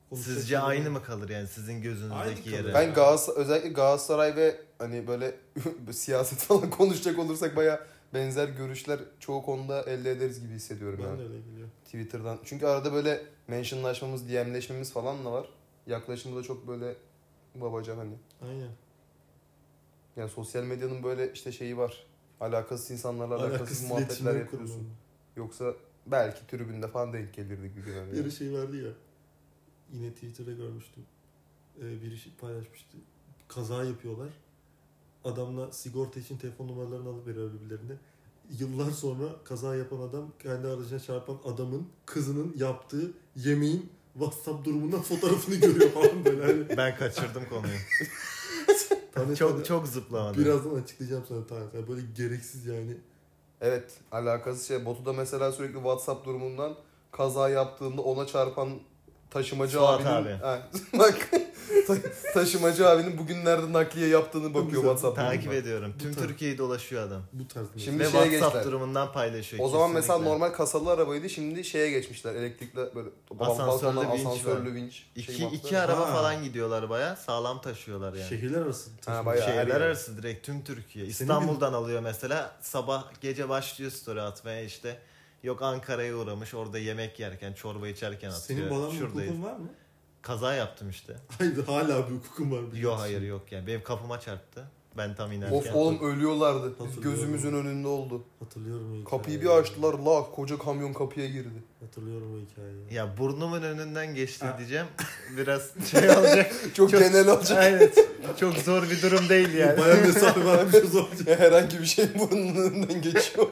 konuşacak Sizce şeyler aynı var. mı kalır yani sizin Aynı gözünüzdeki kalır. yere? Ben özellikle Galatasaray ve hani böyle siyaset falan konuşacak olursak baya benzer görüşler çoğu konuda elde ederiz gibi hissediyorum Ben yani. de öyle geliyor. Twitter'dan. Çünkü arada böyle mentionlaşmamız, DM'leşmemiz falan da var. Yaklaşımda çok böyle babacan hani. Aynen. Yani sosyal medyanın böyle işte şeyi var. Alakasız insanlarla alakasız muhabbetler iletişimler yapıyorsun. kurulur. Yoksa belki tribünde falan denk gelirdik bir gün. Bir Yani. ara şey vardı ya. Yine Twitter'da görmüştüm. Biri paylaşmıştı. Kaza yapıyorlar. Adamla sigorta için telefon numaralarını alıp veriyor birbirlerine. Yıllar sonra kaza yapan adam kendi aracına çarpan adamın kızının yaptığı yemeğin WhatsApp durumundan fotoğrafını görüyor falan böyle. Hani Ben kaçırdım konuyu. tane çok zıplamadı. birazdan açıklayacağım sana tane. Yani böyle gereksiz yani. Evet, alakasız şey. Batu'da mesela sürekli WhatsApp durumundan kaza yaptığında ona çarpan taşımacı Suat abinin... abi. Ha, bak, taşımacı abinin bugünlerde nakliye yaptığını bakıyor güzel. WhatsApp Takip durumundan. ediyorum. Bu Tüm tarz. Türkiye'yi dolaşıyor adam. Bu tarz. Şimdi Ve şeye WhatsApp geçtiler. durumundan paylaşıyor. O zaman mesela kesinlikle. normal kasalı arabaydı, şimdi şeye geçmişler. Elektrikli böyle Asansörlü balkondan vinç asansörlü vinç. İki araba Ha. falan gidiyorlar baya. Sağlam taşıyorlar yani. Şehirler arası. taşıma. bayağı. her Şehirler yer. arası direkt tüm Türkiye. İstanbul'dan alıyor mesela. Sabah gece başlıyor story atmaya işte. Yok Ankara'ya uğramış orada yemek yerken, çorba içerken atıyor. Senin bu adamla Şuradayız. hukukun var mı? Kaza yaptım işte. Hayır hala bir hukukun var. Yok hayır yok yani. Benim kapıma çarptı. Ben tam inerken. Of oğlum ölüyorlardı. Hatırlıyorum. Gözümüzün önünde oldu. Hatırlıyorum o hikayeyi. Kapıyı bir açtılar, la koca kamyon kapıya girdi. Hatırlıyorum o hikayeyi. Ya burnumun önünden geçti Ha. diyeceğim. Biraz şey olacak. Çok genel olacak. Aynen. Çok zor bir durum değil yani. Bayağı mesafe varmışız orada. Herhangi bir şey burnunun önünden geçiyor.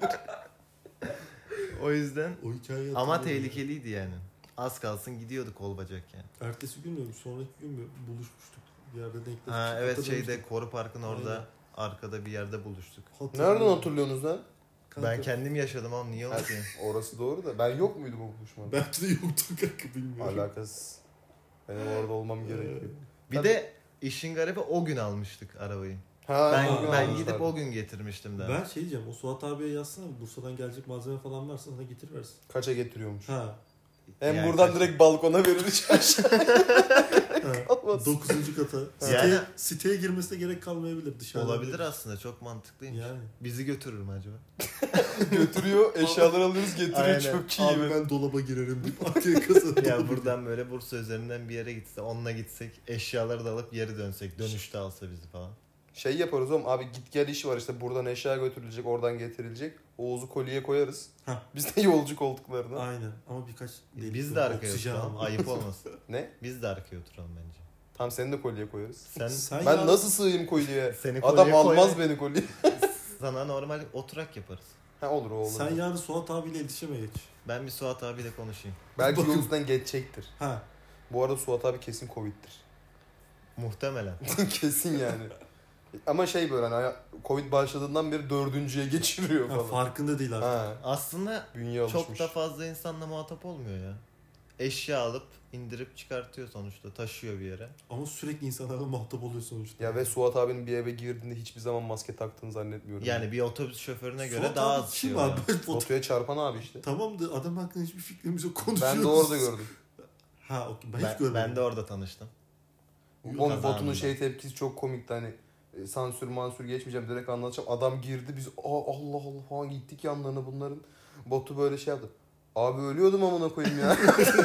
O yüzden. O hikayeyi Ama hatırlıyorum. tehlikeliydi yani. Az kalsın gidiyordu kol bacak yani. Ertesi gün mü? Sonraki gün mü? Buluşmuştuk. Bir yerde denk geldik. Ha evet Hatırlamıştım. şeyde Koru Park'ın orada Aynen. arkada bir yerde buluştuk. Hatırlıyorum. Nereden hatırlıyorsunuz lan? Kanka, Ben kendim yaşadım ama niye unutayım? Orası doğru da ben yok muydum o buluşmada? Belki de yoktur kanka bilmiyorum. Alakasız. Benim orada olmam gerekiyor. Bir Tabii. de işin garibi o gün almıştık arabayı. Ha, Ben bugün ben almışlardı. gidip o gün getirmiştim daha. Ben şey diyeceğim. O Suat abiye yazsana. Bursa'dan gelecek malzeme falan varsa sana getir versin. Kaça getiriyormuş? Ha. Hem Yani buradan kaç- direkt balkona verilir aşağı. Olmaz. 9. kata. Yani- Siteye girmesine gerek kalmayabilir dışarıda. Olabilir aslında çok mantıklıymış. Yani. Bizi götürür mü acaba? Götürüyor, eşyaları alıyoruz getiriyor. Aynen. Çok iyi. Abi ben dolaba girerim deyip arkaya kasa. Ya buradan böyle Bursa üzerinden bir yere gitse onunla gitsek eşyaları da alıp geri dönsek dönüşte alsa bizi falan. Şey yaparız oğlum abi git gel işi var işte buradan eşya götürülecek oradan getirilecek. Oğuz'u kolye koyarız. Hah. Biz de yolcu koltuklarına. Aynen ama birkaç delik Biz de var. arkaya Oksijen oturalım. alma. Ayıp olmasın. Ne? Biz de arkaya oturalım bence. Tam seni de kolye koyarız. Sen Ben nasıl sığayım kolyeye? seni Adam kolyeye almaz koy- beni kolye. Sana normal oturak yaparız. Ha olur o olur. Sen yarın Suat abiyle iletişime geç. Ben bir Suat abiyle konuşayım. Belki Bakın. yol üstünden geçecektir. Ha. Bu arada Suat abi kesin Covid'dir. Muhtemelen. Kesin yani. Ama şey böyle hani Covid başladığından beri 4.'ye geçiriyor Ha, falan. farkında değil artık. Ha, Aslında bünye alışmış. çok da fazla insanla muhatap olmuyor ya. Eşya alıp indirip çıkartıyor sonuçta. Taşıyor bir yere. Ama sürekli insanlarla muhatap oluyor sonuçta. Ya ve Suat abinin bir eve girdiğinde hiçbir zaman maske taktığını zannetmiyorum. Yani bir otobüs şoförüne göre Suat daha abi az kim şey abi? oluyor. Ben foto- Batu'ya çarpan abi işte. Tamam da adam hakkında hiçbir fikrimiz yok, konuşuyoruz. Ben de orada gördüm. Ha okey. Ben hiç görmedim. Ben de orada tanıştım. Oğlum Kazandı. Batu'nun şey tepkisi çok komikti hani sansür mansür geçmeyeceğim direkt anlatacağım. Adam girdi biz Allah Allah falan gittik yanlarına bunların. Batu böyle şey yaptı. Abi ölüyordum amına koyayım ya.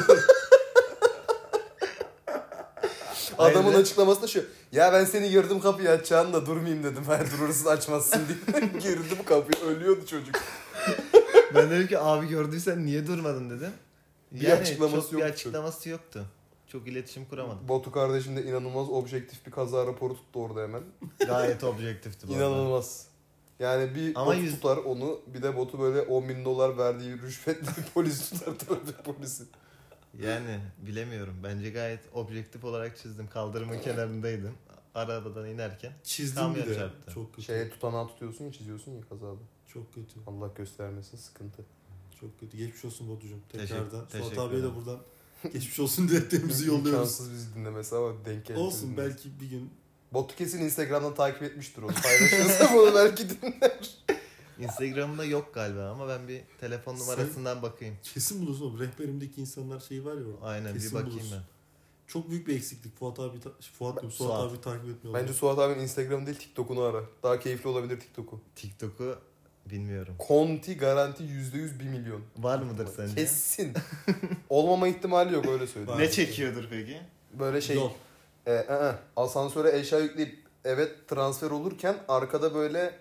Adamın Aynen. açıklaması da şu. Ya ben seni gördüm kapıyı açacağını da durmayayım dedim. Hayır durursun açmazsın diye. Girdim kapıyı ölüyordu çocuk. Ben dedim ki abi gördüysen niye durmadın dedim. Bir açıklaması çok bir yoktu. açıklaması yoktu. Çok iletişim kuramadım. Batu kardeşim de inanılmaz objektif bir kaza raporu tuttu orada hemen. Gayet objektifti bu arada. İnanılmaz. Yani bir Ama Batu yüz- tutar onu bir de Batu böyle 10.000 dolar verdiği rüşvetle bir polis tutar trafik polisi. Yani bilemiyorum. Bence gayet objektif olarak çizdim. Kaldırımın kenarındaydım. Arabadan inerken. Çizdim Kamyon bir de. çarptı. Çok kötü. Şeye tutanağı tutuyorsun ya çiziyorsun ya kazada. Çok kötü. Allah göstermesin sıkıntı. Çok kötü. Geçmiş olsun Batucuğum. Teşekkür- Tekrardan. Suat teşekkür abiye de ederim. buradan geçmiş olsun dileklerimizi yolluyoruz. İmkansız bizi dinlemesi ama denk geldi. Olsun belki bir gün. Batu kesin Instagram'dan takip etmiştir onu. Paylaşırsa bunu belki dinler. Instagram'da yok galiba ama ben bir telefon numarasından bakayım. Kesin bulursun oğlum. Rehberimdeki insanlar şeyi var ya orada. Aynen Kesin bir bakayım bulursun. ben. Çok büyük bir eksiklik. Suat abi takip etmiyor. Bence Suat abinin Instagram değil TikTok'unu ara. Daha keyifli olabilir TikTok'u. TikTok'u bilmiyorum. Konti garanti %100 1 milyon. Var mıdır sence? Kesin. Olmama ihtimali yok öyle söyleyeyim. Ne çekiyordur peki? Böyle şey Yol. asansöre eşya yükleyip evet transfer olurken arkada böyle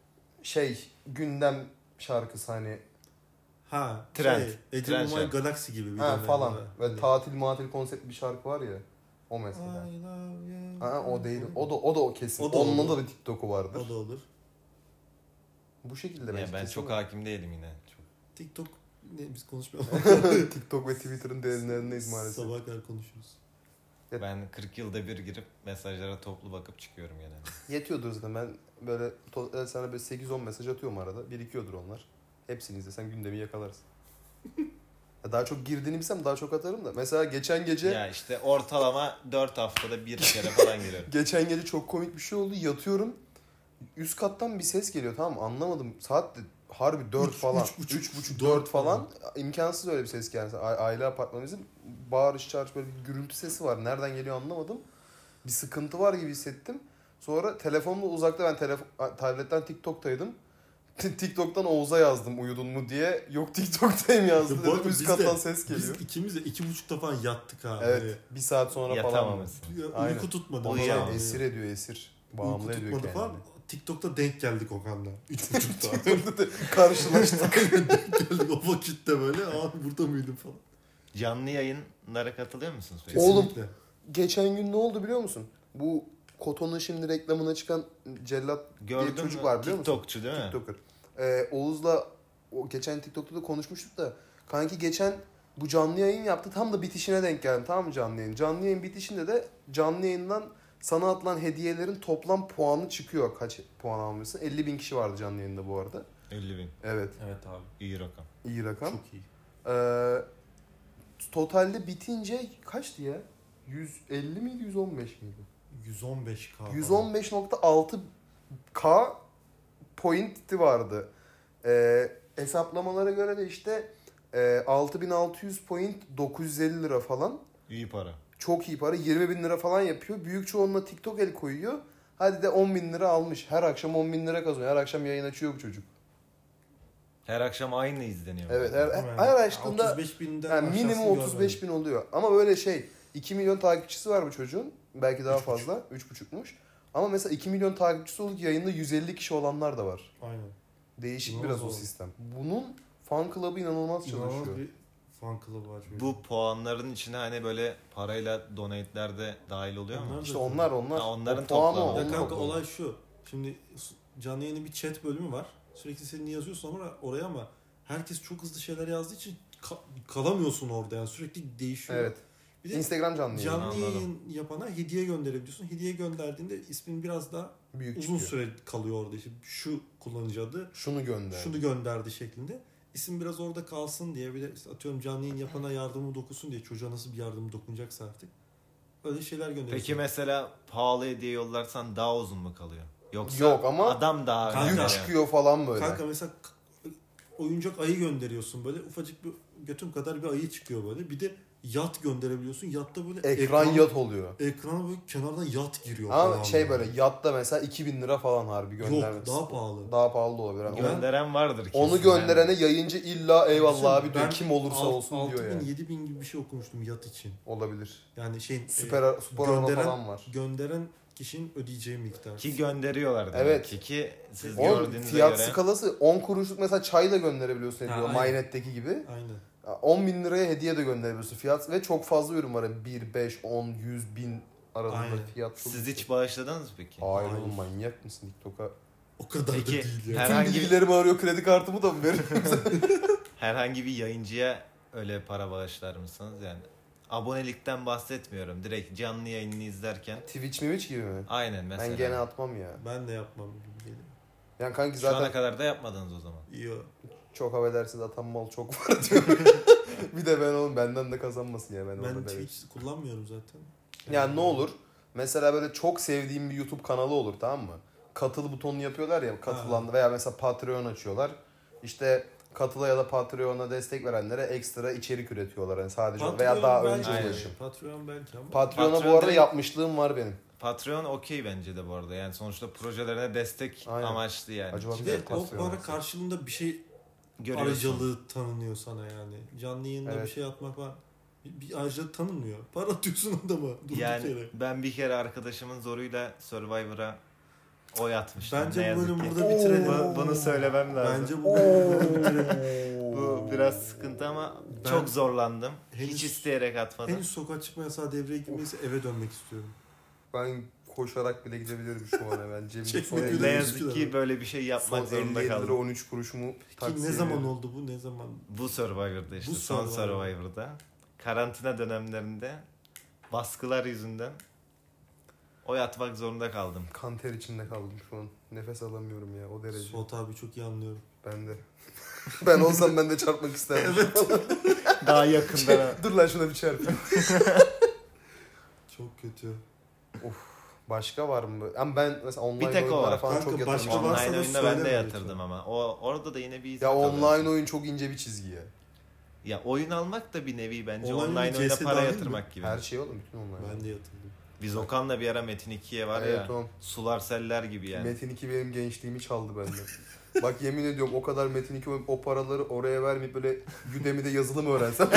gündem şarkısı hani Ha. Trend. Ece Trend Umay şarkı. Galaxy gibi bir falan. dönem. Böyle tatil matil konsept bir şarkı var ya. O mesela. I love you. O değil. O da o kesin. O da Onun olur. da bir TikTok'u vardır. O da olur. Bu şekilde Ya bence. ben kesin çok var. hakim değilim yine. Çok. TikTok biz konuşmayalım. TikTok ve Twitter'ın derinlerindeyiz maalesef. Sabaha kadar konuşuruz. Ben 40 yılda bir girip mesajlara toplu bakıp çıkıyorum genelde. Yetiyordur zaten. Ben böyle sana böyle 8-10 mesaj atıyorum arada. Birikiyordur onlar. Hepsini izlesen gündemi yakalarsın. Daha çok girdiğini bilsem daha çok atarım da. Mesela geçen gece Ya işte ortalama 4 haftada bir kere falan giriyorum. geçen gece çok komik bir şey oldu. Yatıyorum. Üst kattan bir ses geliyor, tamam mı? Anlamadım. Saat de harbi 4 falan. 3.30 4 falan. İmkansız öyle bir ses gelmesi. Aile apartmanımızın bağırış çağırış böyle bir gürültü sesi var. Nereden geliyor anlamadım. Bir sıkıntı var gibi hissettim. Sonra telefonla uzakta, ben tabletten TikTok'taydım. TikTok'tan Oğuz'a yazdım uyudun mu diye. Yok TikTok'tayım yazdı. Ya bu arada Dedim, üst biz kattan de- ses geliyor. Biz ikimiz de 2.30'da falan yattık ha. Evet. Bir saat sonra falan. Yatamamışsın. Hani, Aynen. uyku tutmadı. Uyuyamam. falan. Esir ediyor esir. Bağımlı Uyku ediyor tutmadı kendini. falan. TikTok'ta denk geldik Okan'la. 3.30'da. Karşılaştık. geldik o vakitte böyle. Abi burada mıydın falan. Canlı yayınlara katılıyor musunuz peki? Oğlum, Kesinlikle. Geçen gün ne oldu biliyor musun? Bu Koton'un şimdi reklamına çıkan Cellat diye bir Gördün çocuk mü? var biliyor musun? TikTokçu değil mi? TikToker. Oğuz'la geçen TikTok'ta da konuşmuştuk da. Kanki geçen bu canlı yayın yaptı. Tam da bitişine denk geldim, tamam mı canlı yayın? Canlı yayın bitişinde de canlı yayından sana atılan hediyelerin toplam puanı çıkıyor. Kaç puan almışsın? 50.000 kişi vardı canlı yayında bu arada. 50.000. Evet. Evet abi. İyi rakam. İyi rakam. Çok iyi. Totalde bitince kaçtı ya? 150 miydi 115 miydi? 115K falan. 115.6K pointi vardı. Hesaplamalara göre de işte 6600 point 950 lira falan. İyi para. Çok iyi para. 20.000 lira falan yapıyor. Büyük çoğunluğuna TikTok el koyuyor. Hadi de 10.000 lira almış. Her akşam 10.000 lira kazanıyor. Her akşam yayın açıyor bu çocuk. Her akşam aynı izleniyor. Evet. Yani Her açtığında 35.000'den yani minimum aşağısını 35 bin oluyor. Ama böyle 2 milyon takipçisi var bu çocuğun. Belki daha fazla. 3,5'muş. Ama mesela 2 milyon takipçisi olup yayında 150 kişi olanlar da var. Aynen. Değişik İnanılmaz biraz o oldu. sistem. Bunun fan club'ı inanılmaz İnanılmaz çalışıyor. bir fan club'ı açmış. Bu puanların içine hani böyle parayla donate'ler de dahil oluyor mu? Onlar da- İşte onlar. Ha, onların O puanı toplamı. o, Ya onun kanka toplamı. olay şu. Şimdi canlı yayının bir chat bölümü var. Sürekli seni yazıyorsun oraya ama herkes çok hızlı şeyler yazdığı için kalamıyorsun orada yani sürekli değişiyor. Evet. Bir de Instagram canlı yayını. canlı Anladım. yayın yapana hediye gönderebiliyorsun. Hediye gönderdiğinde ismin biraz daha Büyük uzun çıkıyor. süre kalıyor orada. İşte şu kullanıcı adı Şunu gönder. şunu gönderdi şeklinde. İsim biraz orada kalsın diye bir de işte atıyorum canlı yayın yapana yardımı dokunsun diye çocuğa nasıl bir yardımı dokunacaksa artık. Öyle şeyler gönderiyorsun. Peki mesela pahalı hediye yollarsan daha uzun mu kalıyor? Yoksa Yok ama adam daha Kanka- Yük önemli. çıkıyor falan böyle. Kanka mesela oyuncak ayı gönderiyorsun böyle ufacık bir götüm kadar bir ayı çıkıyor böyle. Bir de yat gönderebiliyorsun. Yatta böyle Ekran yat oluyor. Ekrana böyle kenardan yat giriyor Ama falan böyle yatta mesela 2.000 lira falan harbi göndermek. Yok daha pahalı. Daha pahalı da olabilir. Yani Gönderen vardır kesin. onu gönderene yayıncı illa eyvallah abi diyor. Ben Kim olursa olsun diyor 6.000 yani. 7.000 gibi bir şey okumuştum yat için. Olabilir. Yani Spor araba gönderen- falan var. gönderen kişinin ödeyeceği miktar. Ki gönderiyorlar demek Evet. ki siz Onun gördüğünüze fiyat göre. skalası 10 kuruşluk mesela çay da gönderebiliyorsun Ha, diyor. aynen. MyNet'teki gibi. Aynen. 10.000 liraya hediye de gönderebiliyorsun fiyat ve çok fazla ürün var. 1, 5, 10, 100, 1000 arasında Aynen. fiyat. çok Siz hiç yüksek. bağışladınız mı peki? Hayır Hayır. oğlum manyak mısın TikTok'a? O kadar da Peki, değil ya. her- Tüm Herhangi bir- bilgilerimi arıyor, kredi kartımı da mı veririm? Herhangi bir yayıncıya öyle para bağışlar mısınız yani? Abonelikten bahsetmiyorum. Direkt canlı yayınını izlerken. Twitch gibi mi? Aynen mesela. Ben gene atmam ya. Ben de yapmam gibi geliyor. Yani kanki Şu ana zaten kadar da yapmadınız o zaman. İyi. çok affedersiniz atan mal çok var diyor. Bir de ben oğlum benden de kazanmasın ya. Ben Ben orada böyle. Twitch kullanmıyorum zaten. Yani ne olur? Mesela böyle çok sevdiğim bir YouTube kanalı olur, tamam mı? Katıl butonunu yapıyorlar ya, katılan veya mesela Patreon açıyorlar. İşte Katıla ya da Patreon'a destek verenlere ekstra içerik üretiyorlar. Yani sadece Patreon veya daha belki- önce Aynen. ulaşım. Patreon belki ama. Patreon'a bu Patreon arada direkt- yapmışlığım var benim. Patreon okey bence de bu arada. Yani sonuçta projelerine destek Aynen. amaçlı yani. Acaba Bir bir de de o Patreon para olsa. karşılığında bir şey Görüyorsun. ayrıcalığı tanınıyor sana yani. Canlı yayında Evet. bir şey atmak var. Bir ayrıcalık tanınmıyor. Para atıyorsun adama. Durduk Yani yere. ben bir kere arkadaşımın zoruyla Survivor'a oy atmıştım. Bence ne bu yazık bölümü ki. burada bitirelim. Bunu söylemem lazım. Bence bu bölümü burada bitirelim. Bu biraz sıkıntı ama Ben çok zorlandım. henüz- Hiç isteyerek atmadım. Henüz sokağa çıkma yasağı devreye girmeyse eve dönmek istiyorum. Ben koşarak bile gidebilirim şu an hemen. Cebimde Çekmek son öyle Ne 50 yazık ki böyle bir şey yapmak son zorunda 57 lira kaldım. 13 kuruşumu Ki taksiye ne zaman veriyorum. oldu bu? Ne zaman? Bu Survivor'da işte Bu son Survivor. Survivor'da karantina dönemlerinde baskılar yüzünden oy atmak zorunda kaldım. Kan ter içinde kaldım şu an. Nefes alamıyorum ya o derece. Suat abi çok iyi anlıyorum. Ben de. Ben olsam ben de çarpmak isterdim. Daha yakında. Dur lan şuna bir çarpayım. Çok kötü. Başka var mı? Ama ben mesela online Bir tek o oyunlara var. falan Kanka, çok başka yatırım. varsa Online da oyunda ben de söyleme yatırdım lütfen. ama. Orada da yine bir izin Ya kalıyorsun. online oyun çok ince bir çizgi ya. Ya oyun almak da bir nevi bence Online online oyunda oyuna CS para dahil yatırmak gibi. Her şey oğlum bütün online. Ben de yatırdım. Biz Okan'la bir ara Metin 2'ye var Evet, ya tamam. sular seller gibi yani. Metin 2 benim gençliğimi çaldı benden. Bak yemin ediyorum o kadar Metin 2 oynayıp o paraları oraya vermeyip böyle Udemy'de yazılım öğrensem.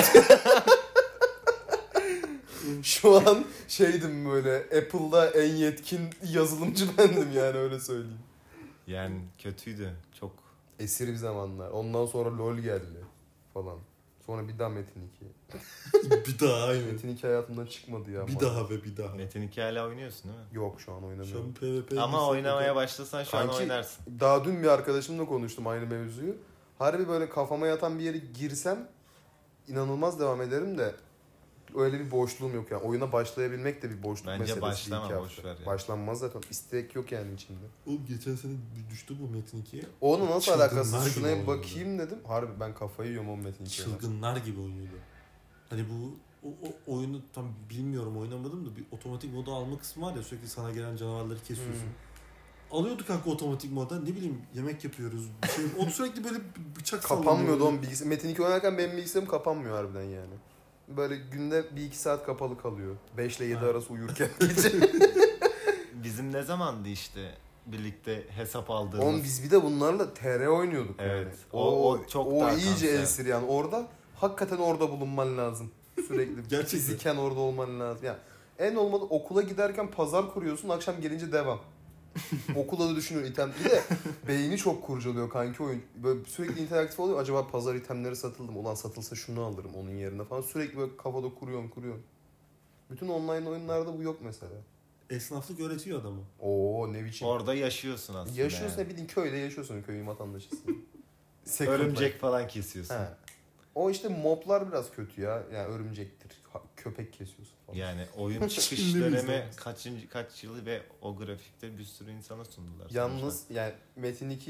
Şu an şeydim böyle Apple'da en yetkin yazılımcı bendim yani öyle söyleyeyim. Yani kötüydü çok. Esir bir zamanlar. Ondan sonra LoL geldi falan. Sonra bir daha Metin 2. Bir daha aynı. Metin 2 hayatımdan çıkmadı ya. Bir daha ve bir daha. Metin 2 hala oynuyorsun değil mi? Yok şu an Şu oynamıyorum. an PvP Ama oynamaya başlasan şu an Kanki- oynarsın. Daha dün bir arkadaşımla konuştum aynı mevzuyu. Harbi böyle kafama yatan bir yere girsem inanılmaz devam ederim de öyle bir boşluğum yok yani. Oyuna başlayabilmek de bir boşluk Bence meselesi. başlama, bir iki boş hafta. ver ya. Başlanmaz zaten. İstek yok yani içinde. Oğlum geçen sene düştü bu Metin 2'ye. Onun nasıl Çılgınlar alakası? gibi Şuna bir oynuyordu. bakayım dedim. Harbi ben kafayı yiyorum o Metin 2'ye. Çılgınlar gibi oynuyordu. Hani bu o oyunu tam bilmiyorum oynamadım da bir otomatik moda alma kısmı var ya sürekli sana gelen canavarları kesiyorsun. Alıyorduk kanka otomatik moda ne bileyim yemek yapıyoruz bir şey. O sürekli böyle bıçak sallanıyor. Kapanmıyordu oğlum bilgisayar. Metin 2 oynarken benim bilgisayarım kapanmıyor harbiden yani. Böyle günde 1-2 saat kapalı kalıyor. 5 ile 7 Ha. arası uyurken gece. Bizim ne zamandı işte birlikte hesap aldığımız. Oğlum biz bir de bunlarla TR oynuyorduk Evet. yani. O çok o daha iyice kanser. esir yani. Orada hakikaten orada bulunman lazım. Sürekli Gerçekten. fiziken orada olman lazım. Yani en olmadı okula giderken pazar kuruyorsun, akşam gelince devam. Okula da düşünüyor item. Bir de beyni çok kurcalıyor kanki oyun. Böyle sürekli interaktif oluyor. Acaba pazar itemleri satıldı mı? Ulan satılsa şunu alırım onun yerine falan. Sürekli böyle kafada kuruyorum. Bütün online oyunlarda bu yok mesela. Esnaflık öğretiyor adamı. Oo ne biçim. Orada yaşıyorsun aslında. Yaşıyorsun yani. ne bileyim köyde yaşıyorsun. Köyün vatandaşısın. Second Örümcek falan kesiyorsun. He. O işte moblar biraz kötü ya. Yani örümcektir. Köpek kesiyorsun falan. Yani oyun çıkış Şimdi mi dönemi izlediniz? kaç yılı ve o grafikte bir sürü insana sundular. Yalnız sonuçta. yani Metin 2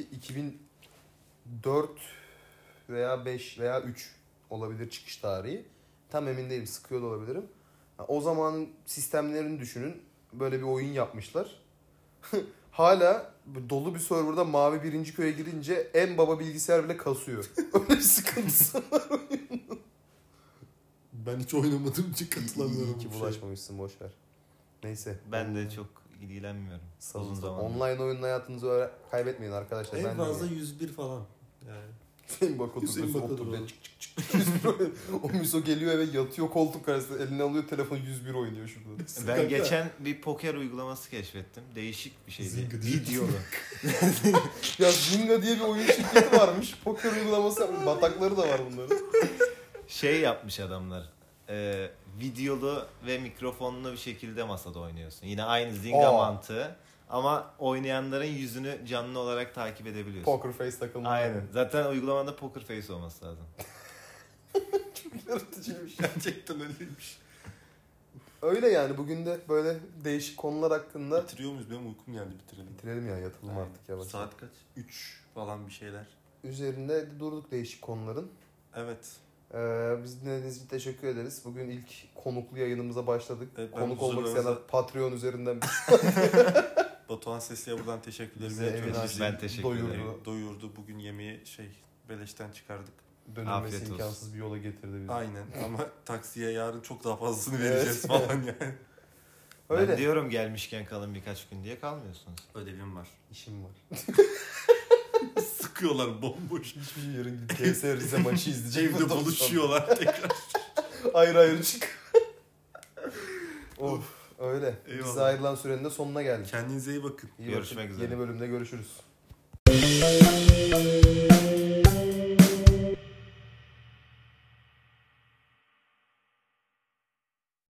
2004 veya 5 veya 3 olabilir çıkış tarihi. Tam emin değilim. Sıkıyor da olabilirim. O zamanın sistemlerini düşünün. Böyle bir oyun yapmışlar. Hala dolu bir serverda mavi birinci köye girince en baba bilgisayar bile kasıyor. Öyle bir sıkıntısı var. Ben hiç oynamadığım için İyi katılamıyorum. ki bu şeye. bulaşmamışsın boşver. Neyse. Ben de çok ilgilenmiyorum. Uzun zamandır. Online oyun hayatınızı kaybetmeyin arkadaşlar. En Ben fazla de 101 falan. Yani. Hüseyin Bakodur Hüseyin mesela Bakodur oturuyor. oğlum. Çık çık çık çık 101 oynuyor. O Miso geliyor eve yatıyor koltuk karşısında eline alıyor telefonu 101 oynuyor şurada. Ben Kanka. geçen bir poker uygulaması keşfettim. Değişik bir şeydi. Zynga diye. Videolu. Ya Zynga diye bir oyun şirketi varmış. Poker uygulaması yapmış. Batakları da var bunların. Şey yapmış adamlar. Videolu ve mikrofonlu bir şekilde masada oynuyorsun. Yine aynı Zynga Aa. mantığı. Ama oynayanların yüzünü canlı olarak takip edebiliyorsun. Poker face takılma. Aynen. Zaten uygulamada poker face olması lazım. Çok yaratıcıymış. Gerçekten öyleymiş. Öyle yani bugün de böyle değişik konular hakkında Bitiriyor muyuz? Benim uykum geldi bitirelim. bitirelim ya yatalım Aynen. artık yavaş. Saat kaç? 3 falan bir şeyler. Üzerinde durduk değişik konuların. Evet. Biz dinlediğiniz için teşekkür ederiz. Bugün ilk konuklu yayınımıza başladık. Evet, ben Konuk olmak huzurlarınıza- isteyenler Patreon üzerinden Batuhan Sesli'ye buradan teşekkürlerimi Bize iletiyorum. evine Ben teşekkür doyurdu. ederim. Doyurdu. Bugün yemeği beleşten çıkardık. Dönülmesi Afiyet olsun. imkansız bir yola getirdi bizi. Aynen ama taksiye yarın çok daha fazlasını vereceğiz falan yani. Öyle. Ben diyorum gelmişken kalın birkaç gün diye kalmıyorsunuz. Ödevim var. İşim var. Sıkıyorlar bomboş. Hiçbir şey yarın gidip TS Rize maçı izleyecek. Evde buluşuyorlar tekrar. Ayrı ayrı çık. Of öyle. Eyvallah. Bize ayrılan sürenin de sonuna geldik. Kendinize iyi bakın. İyi Görüşmek bakın. üzere. Yeni bölümde görüşürüz.